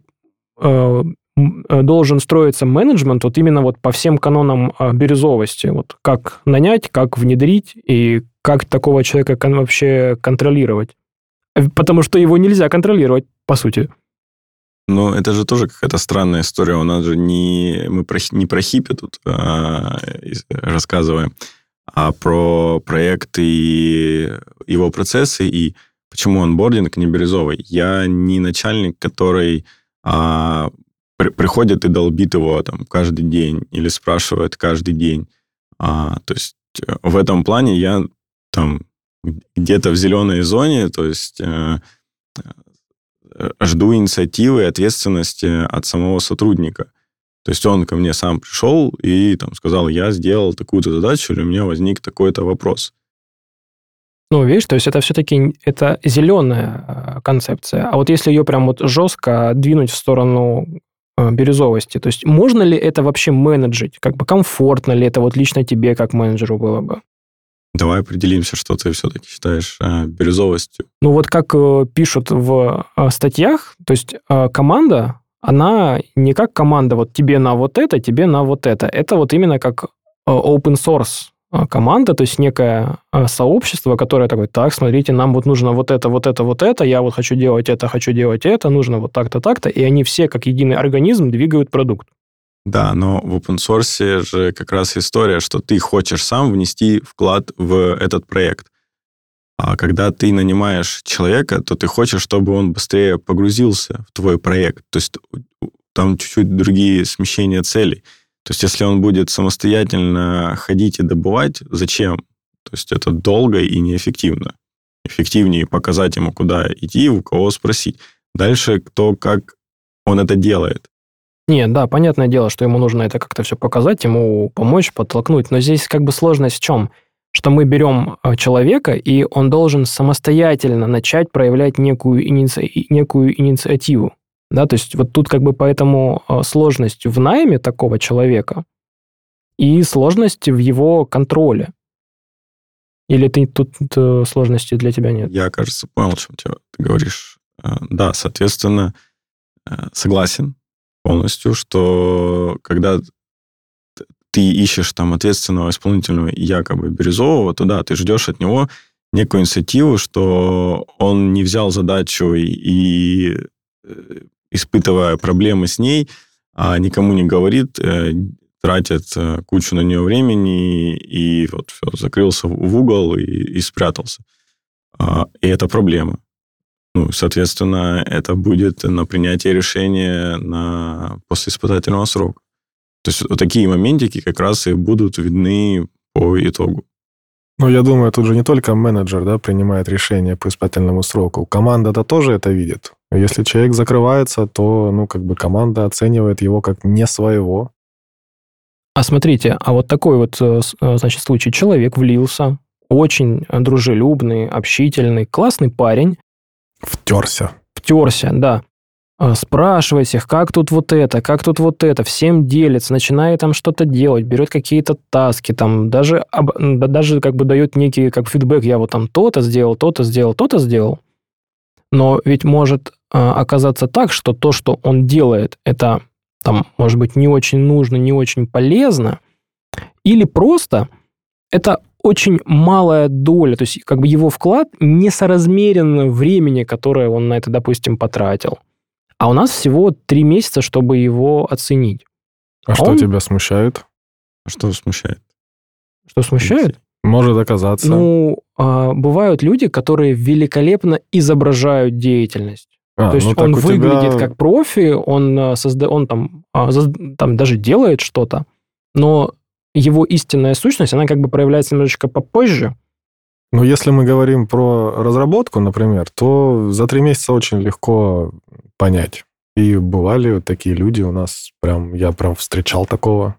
должен строиться менеджмент вот именно вот по всем канонам бирюзовости. Вот как нанять, как внедрить и как такого человека вообще контролировать. Потому что его нельзя контролировать, по сути. Ну, это же тоже какая-то странная история. У нас же мы не про хиппи тут рассказываем, а про проект и его процессы, и почему онбординг не бирюзовый. Я не начальник, который приходит и долбит его каждый день или спрашивает каждый день. То есть в этом плане я где-то в зеленой зоне, то есть жду инициативы и ответственности от самого сотрудника. То есть он ко мне сам пришел и сказал, я сделал такую-то задачу, или у меня возник такой-то вопрос. Ну, видишь, то есть это все-таки это зеленая концепция. А вот если ее прям вот жестко двинуть в сторону бирюзовости, то есть можно ли это вообще менеджить? Комфортно ли это вот лично тебе как менеджеру было бы? Давай определимся, что ты все-таки считаешь бирюзовостью. Ну, вот как пишут в статьях, то есть команда, она не как команда вот тебе на вот это, тебе на вот это. Это вот именно как open source команда, то есть некое сообщество, которое такое, так, смотрите, нам вот нужно вот это, вот это, вот это, я вот хочу делать это, нужно вот так-то, так-то, и они все как единый организм двигают продукт. Да, но в open source же как раз история, что ты хочешь сам внести вклад в этот проект. А когда ты нанимаешь человека, то ты хочешь, чтобы он быстрее погрузился в твой проект. То есть там чуть-чуть другие смещения целей. То есть если он будет самостоятельно ходить и добывать, зачем? То есть это долго и неэффективно. Эффективнее показать ему, куда идти, у кого спросить. Дальше кто как он это делает. Нет, да, понятное дело, что ему нужно это как-то все показать, ему помочь, подтолкнуть. Но здесь сложность в чем? Что мы берем человека, и он должен самостоятельно начать проявлять некую инициативу. Да, то есть вот тут поэтому сложность в найме такого человека и сложность в его контроле. Или тут сложности для тебя нет? Я, кажется, понял, о чем ты говоришь. Да, соответственно, согласен полностью, что когда ты ищешь ответственного исполнительного якобы бирюзового, то да, ты ждешь от него некую инициативу, что он не взял задачу и испытывая проблемы с ней, а никому не говорит, тратит кучу на нее времени и вот все, закрылся в угол и спрятался. И это проблема. Ну, соответственно, это будет на принятие решения после испытательного срока. То есть вот такие моментики как раз и будут видны по итогу. Ну, я думаю, тут же не только менеджер, принимает решение по испытательному сроку. Команда-то тоже это видит. Если человек закрывается, то, команда оценивает его как не своего. А смотрите, а вот такой вот, значит, случай. Человек влился, очень дружелюбный, общительный, классный парень. Втерся, да. спрашивать их, как тут вот это, всем делится, начинает там что-то делать, берет какие-то таски, там даже как бы дает некий как фидбэк, я вот там то-то сделал, то-то сделал, то-то сделал. Но ведь может оказаться так, что то, что он делает, это там, может быть, не очень нужно, не очень полезно, или просто это очень малая доля, то есть как бы его вклад несоразмерен времени, которое он на это, допустим, потратил. А у нас всего 3 месяца, чтобы его оценить. А что тебя смущает? Что смущает? Что смущает? Может оказаться. Ну, бывают люди, которые великолепно изображают деятельность. То есть он выглядит как профи, он там даже делает что-то, но его истинная сущность, она как бы проявляется немножечко попозже. Ну, если мы говорим про разработку, например, то за 3 месяца очень легко понять. И бывали вот такие люди у нас, я встречал такого.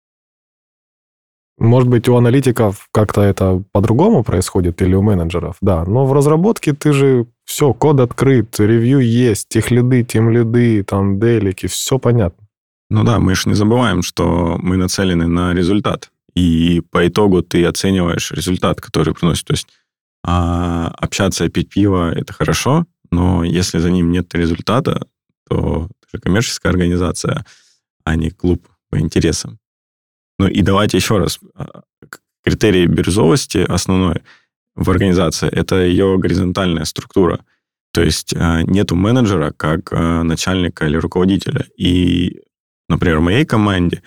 Может быть, у аналитиков как-то это по-другому происходит, или у менеджеров, да. Но в разработке ты же все, код открыт, ревью есть, тимлиды, там, делики, все понятно. Ну да, мы же не забываем, что мы нацелены на результат. И по итогу ты оцениваешь результат, который приносит. То есть общаться и пить пиво – это хорошо, но если за ним нет результата, то это же коммерческая организация, а не клуб по интересам. Ну и давайте еще раз. Критерий бирюзовости основной в организации – это ее горизонтальная структура. То есть нету менеджера как начальника или руководителя. И, например, в моей команде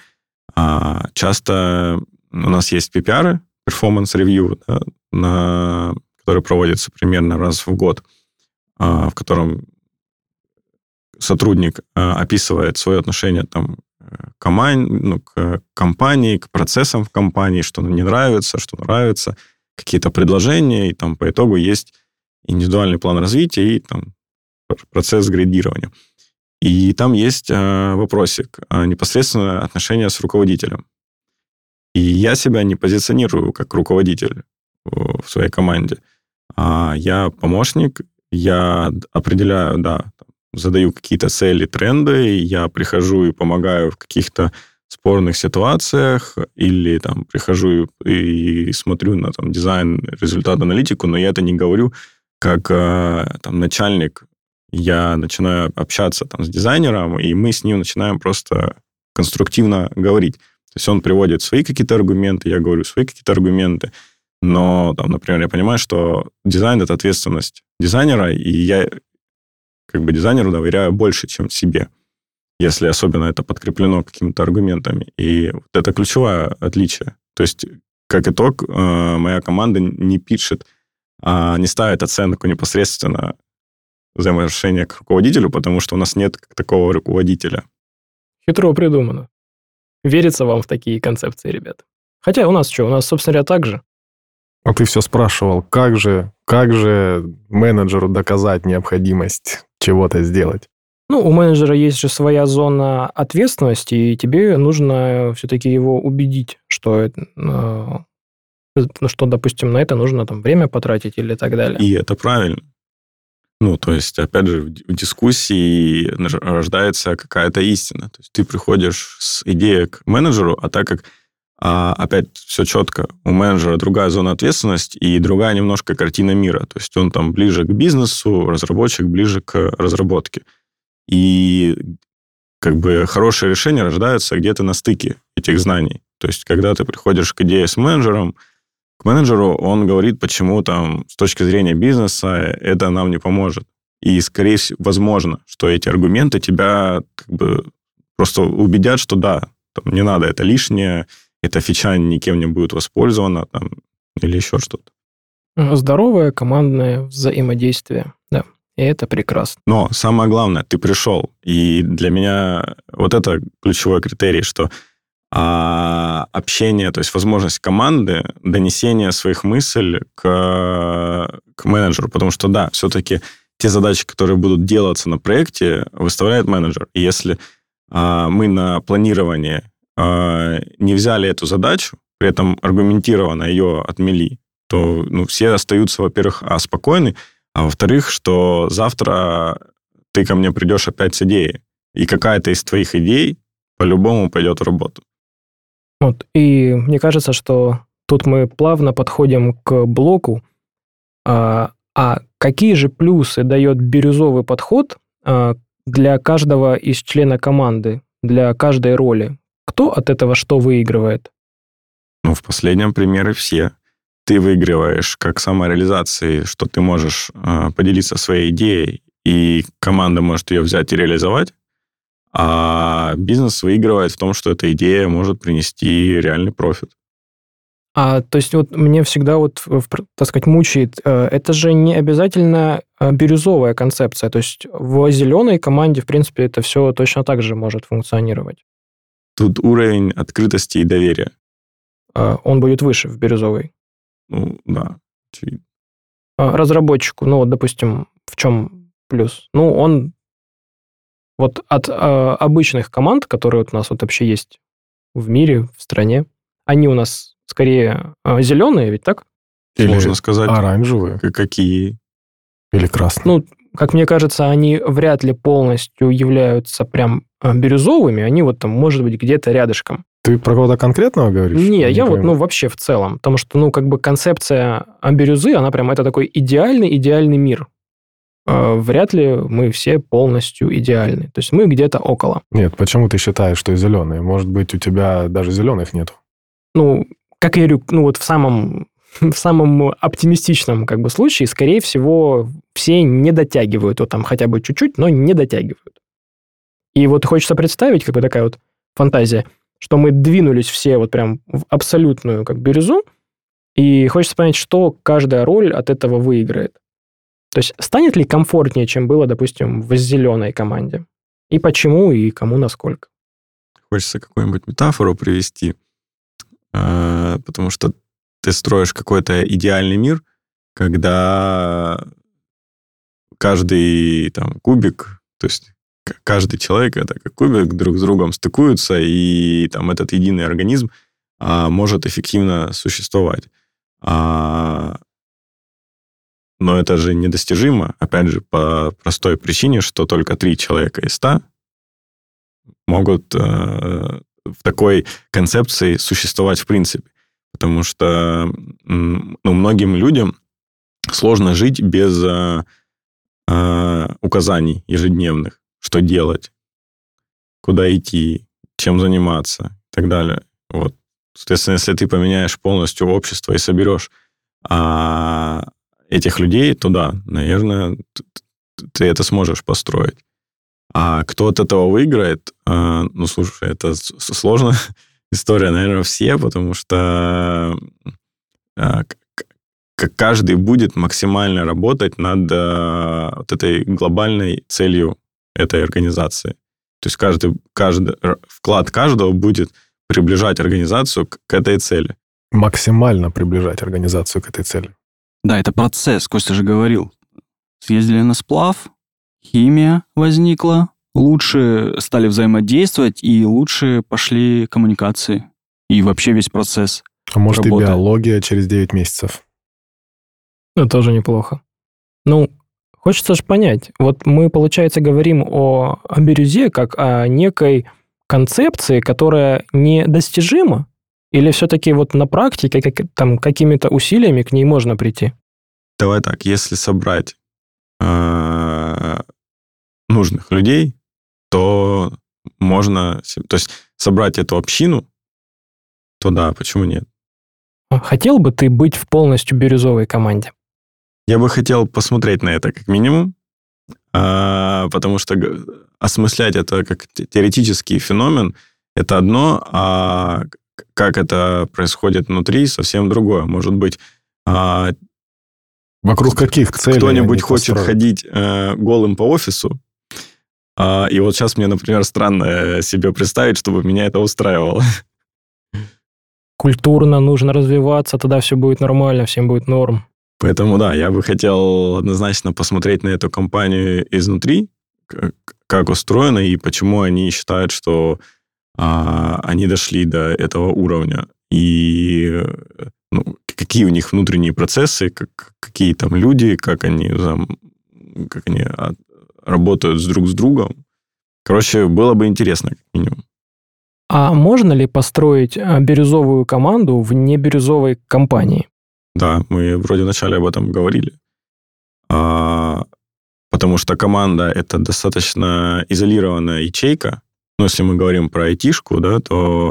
часто у нас есть PPR, performance review, да, который проводится примерно раз в год, в котором сотрудник описывает свое отношение там, к компании, к процессам в компании, что не нравится, что нравится, какие-то предложения, и там по итогу есть индивидуальный план развития и там, процесс градирования. И там есть вопросик, непосредственно отношения с руководителем. И я себя не позиционирую как руководитель в своей команде. Я помощник, я определяю, задаю какие-то цели, тренды, я прихожу и помогаю в каких-то спорных ситуациях, или там прихожу и смотрю на там, дизайн, результат, аналитику, но я это не говорю как там, начальник. Я начинаю общаться там, с дизайнером, и мы с ним начинаем просто конструктивно говорить. То есть он приводит свои какие-то аргументы, я говорю свои какие-то аргументы, но, там, например, я понимаю, что дизайн – это ответственность дизайнера, и я как бы дизайнеру доверяю больше, чем себе, если особенно это подкреплено какими-то аргументами. И вот это ключевое отличие. То есть, как итог, моя команда не пишет, не ставит оценку непосредственно взаимоотношения к руководителю, потому что у нас нет такого руководителя. Хитро придумано. Верится вам в такие концепции, ребята? Хотя у нас, собственно говоря, так же. А ты все спрашивал, как же менеджеру доказать необходимость чего-то сделать? Ну, у менеджера есть же своя зона ответственности, и тебе нужно все-таки его убедить, что, допустим, на это нужно там время потратить или так далее. И это правильно. Ну, то есть, опять же, в дискуссии рождается какая-то истина. То есть ты приходишь с идеей к менеджеру, а так как опять все четко, у менеджера другая зона ответственности и другая немножко картина мира. То есть он там ближе к бизнесу, разработчик ближе к разработке. И как бы хорошие решения рождаются где-то на стыке этих знаний. То есть когда ты приходишь к идее с менеджером, к менеджеру, он говорит, почему там с точки зрения бизнеса это нам не поможет. И, скорее всего, возможно, что эти аргументы тебя как бы просто убедят, что да, там, не надо, это лишнее, эта фича никем не будет воспользована там, или еще что-то. Здоровое командное взаимодействие, да, и это прекрасно. Но самое главное, ты пришел, и для меня вот это ключевой критерий, что общение, то есть возможность команды, донесения своих мыслей к менеджеру, потому что, да, все-таки те задачи, которые будут делаться на проекте, выставляет менеджер. И если мы на планировании не взяли эту задачу, при этом аргументированно ее отмели, то все остаются, во-первых, спокойны, а во-вторых, что завтра ты ко мне придешь опять с идеей. И какая-то из твоих идей по-любому пойдет в работу. Вот. И мне кажется, что тут мы плавно подходим к блоку. А какие же плюсы дает бирюзовый подход для каждого из члена команды, для каждой роли? Кто от этого что выигрывает? Ну, в последнем примере все. Ты выигрываешь как самореализации, что ты можешь поделиться своей идеей, и команда может ее взять и реализовать, а бизнес выигрывает в том, что эта идея может принести реальный профит. То есть вот мне всегда вот, так сказать, мучает, это же не обязательно бирюзовая концепция, то есть в зеленой команде, в принципе, это все точно так же может функционировать. Тут уровень открытости и доверия. Он будет выше в бирюзовой. Ну, да, очевидно. Разработчику, ну вот, допустим, в чем плюс? Ну, он вот от обычных команд, которые вот у нас вот вообще есть в мире, в стране, они у нас скорее зеленые, ведь так? Или Сложно сказать, оранжевые, какие. или красные. Ну, как мне кажется, они вряд ли полностью являются прям бирюзовыми, они вот там, может быть, где-то рядышком. Ты про кого-то конкретного говоришь? Не, я вот, пойму. вообще в целом, потому что, как бы концепция бирюзы, она прям, это такой идеальный мир. Вряд ли мы все полностью идеальны. То есть мы где-то около. Нет, почему ты считаешь, что зеленые? Может быть, у тебя даже зеленых нету? Ну, как я говорю, вот в самом оптимистичном как бы случае, скорее всего, все не дотягивают, вот там хотя бы чуть-чуть, но не дотягивают. И вот хочется представить, как бы такая вот фантазия, что мы двинулись все вот прям в абсолютную как бирюзу, и хочется понять, что каждая роль от этого выиграет. То есть станет ли комфортнее, чем было, допустим, в зеленой команде? И почему, и кому насколько? Хочется какую-нибудь метафору привести, потому что ты строишь какой-то идеальный мир, когда каждый там кубик, то есть каждый человек, это как кубик, друг с другом стыкуются, и там этот единый организм может эффективно существовать. Но это же недостижимо, опять же, по простой причине, что только 3 человека из 100 могут в такой концепции существовать в принципе. Потому что многим людям сложно жить без указаний ежедневных, что делать, куда идти, чем заниматься и так далее. Вот. Соответственно, если ты поменяешь полностью общество и соберешь этих людей, то да, наверное, ты это сможешь построить. А кто от этого выиграет? Ну, слушай, это сложная история, наверное, все, потому что каждый будет максимально работать над вот этой глобальной целью этой организации. То есть каждый вклад каждого будет приближать организацию к этой цели. Максимально приближать организацию к этой цели. Да, это процесс, Костя же говорил. Съездили на сплав, химия возникла, лучше стали взаимодействовать, и лучше пошли коммуникации. И вообще весь процесс А может, работы. и биология через 9 месяцев. Это тоже неплохо. Ну, хочется же понять. Вот мы, получается, говорим о бирюзе как о некой концепции, которая недостижима, или все-таки вот на практике там какими-то усилиями к ней можно прийти? Давай так, если собрать нужных людей, то можно... То есть собрать эту общину, то да, почему нет? Хотел бы ты быть в полностью бирюзовой команде? Я бы хотел посмотреть на это как минимум, потому что осмыслять это как теоретический феномен – это одно, а как это происходит внутри – совсем другое. Может быть, Вокруг каких целей кто-нибудь они хочет построят? ходить голым по офису, и вот сейчас мне, например, странно себе представить, чтобы меня это устраивало. Культурно нужно развиваться, тогда все будет нормально, всем будет норм. Поэтому, да, я бы хотел однозначно посмотреть на эту компанию изнутри, как устроено и почему они считают, что они дошли до этого уровня. И какие у них внутренние процессы, какие там люди, как они работают друг с другом. Короче, было бы интересно, как минимум. А можно ли построить бирюзовую команду в небирюзовой компании? Да, мы вроде вначале об этом говорили. Потому что команда — это достаточно изолированная ячейка. Но если мы говорим про айтишку, да, то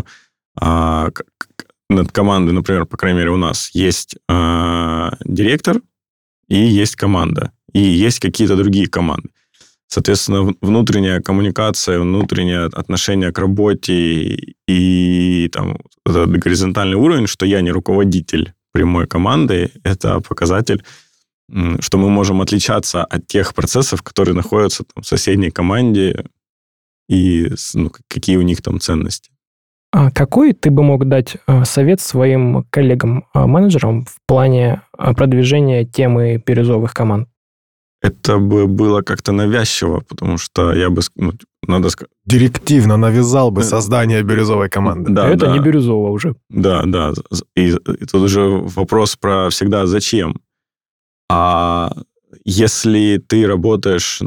над командой, например, по крайней мере, у нас есть директор и есть команда. И есть какие-то другие команды. Соответственно, внутренняя коммуникация, внутреннее отношение к работе и там, этот горизонтальный уровень, что я не руководитель прямой команды, это показатель, что мы можем отличаться от тех процессов, которые находятся там, в соседней команде, и какие у них там ценности. А какой ты бы мог дать совет своим коллегам-менеджерам в плане продвижения темы бирюзовых команд? Это бы было как-то навязчиво, потому что я бы, надо сказать... Директивно навязал бы создание бирюзовой команды. Да, это да. не бирюзово уже. Да. И тут уже вопрос про всегда зачем. А если ты работаешь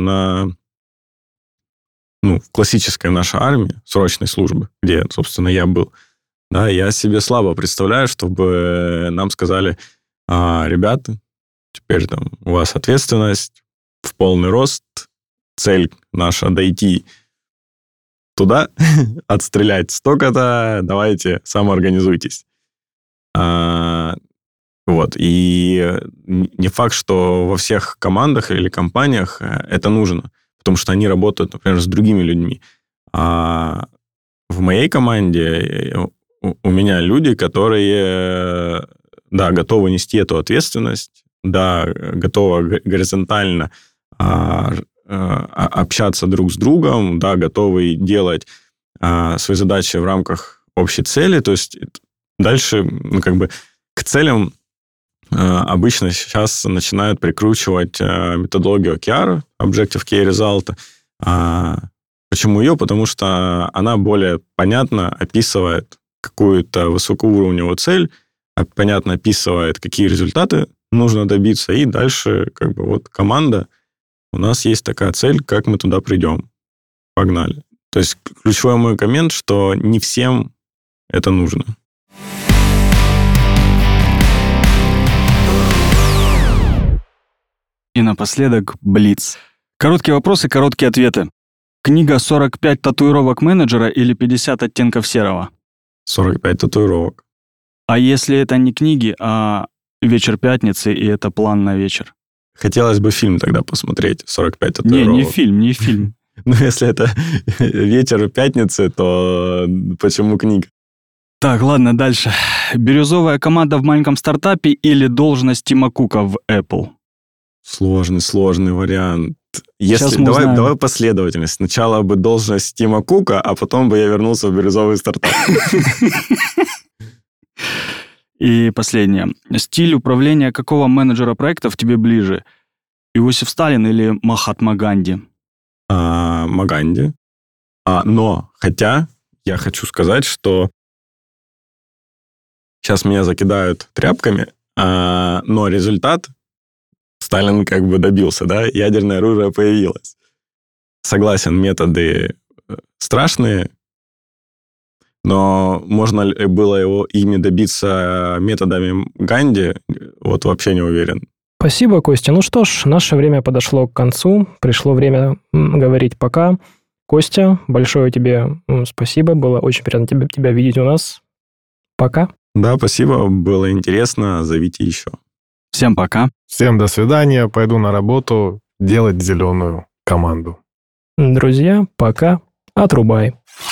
в классической нашей армии, срочной службы, где, собственно, я был, да, я себе слабо представляю, чтобы нам сказали, ребята, теперь там у вас ответственность в полный рост, цель наша дойти туда, отстрелять столько-то, давайте самоорганизуйтесь. Вот. И не факт, что во всех командах или компаниях это нужно, потому что они работают, например, с другими людьми. А в моей команде у меня люди, которые, да, готовы нести эту ответственность, да, готовы горизонтально общаться друг с другом, да, готовы делать свои задачи в рамках общей цели. То есть дальше, к целям обычно сейчас начинают прикручивать методологию OKR, Objective Key Result. Почему ее? Потому что она более понятно описывает какую-то высокоуровневую цель, понятно описывает, какие результаты нужно добиться, и дальше команда, у нас есть такая цель, как мы туда придем. Погнали. То есть ключевой мой коммент, что не всем это нужно. И напоследок блиц. Короткие вопросы, короткие ответы. Книга «45 татуировок менеджера» или «50 оттенков серого»? 45 татуировок. А если это не книги, а вечер пятницы, и это план на вечер? Хотелось бы фильм тогда посмотреть, 45 татуировок. Не фильм. Ну, если это вечер пятницы, то почему книга? Так, ладно, дальше. Бирюзовая команда в маленьком стартапе или должность Тима Кука в Apple? Сложный вариант. Давай последовательность. Сначала бы должность Тима Кука, а потом бы я вернулся в бирюзовый стартап. И последнее. Стиль управления какого менеджера проектов тебе ближе? Иосиф Сталин или Махатма Ганди? Маганди. Но, хотя, я хочу сказать, что сейчас меня закидают тряпками, но результат Сталин добился, да? Ядерное оружие появилось. Согласен, методы страшные, но можно ли было ими добиться методами Ганди, вообще не уверен. Спасибо, Костя. Ну что ж, наше время подошло к концу. Пришло время говорить пока. Костя, большое тебе спасибо. Было очень приятно тебя видеть у нас. Пока. Да, спасибо. Было интересно. Зовите еще. Всем пока. Всем до свидания. Пойду на работу делать зеленую команду. Друзья, пока. Отрубай.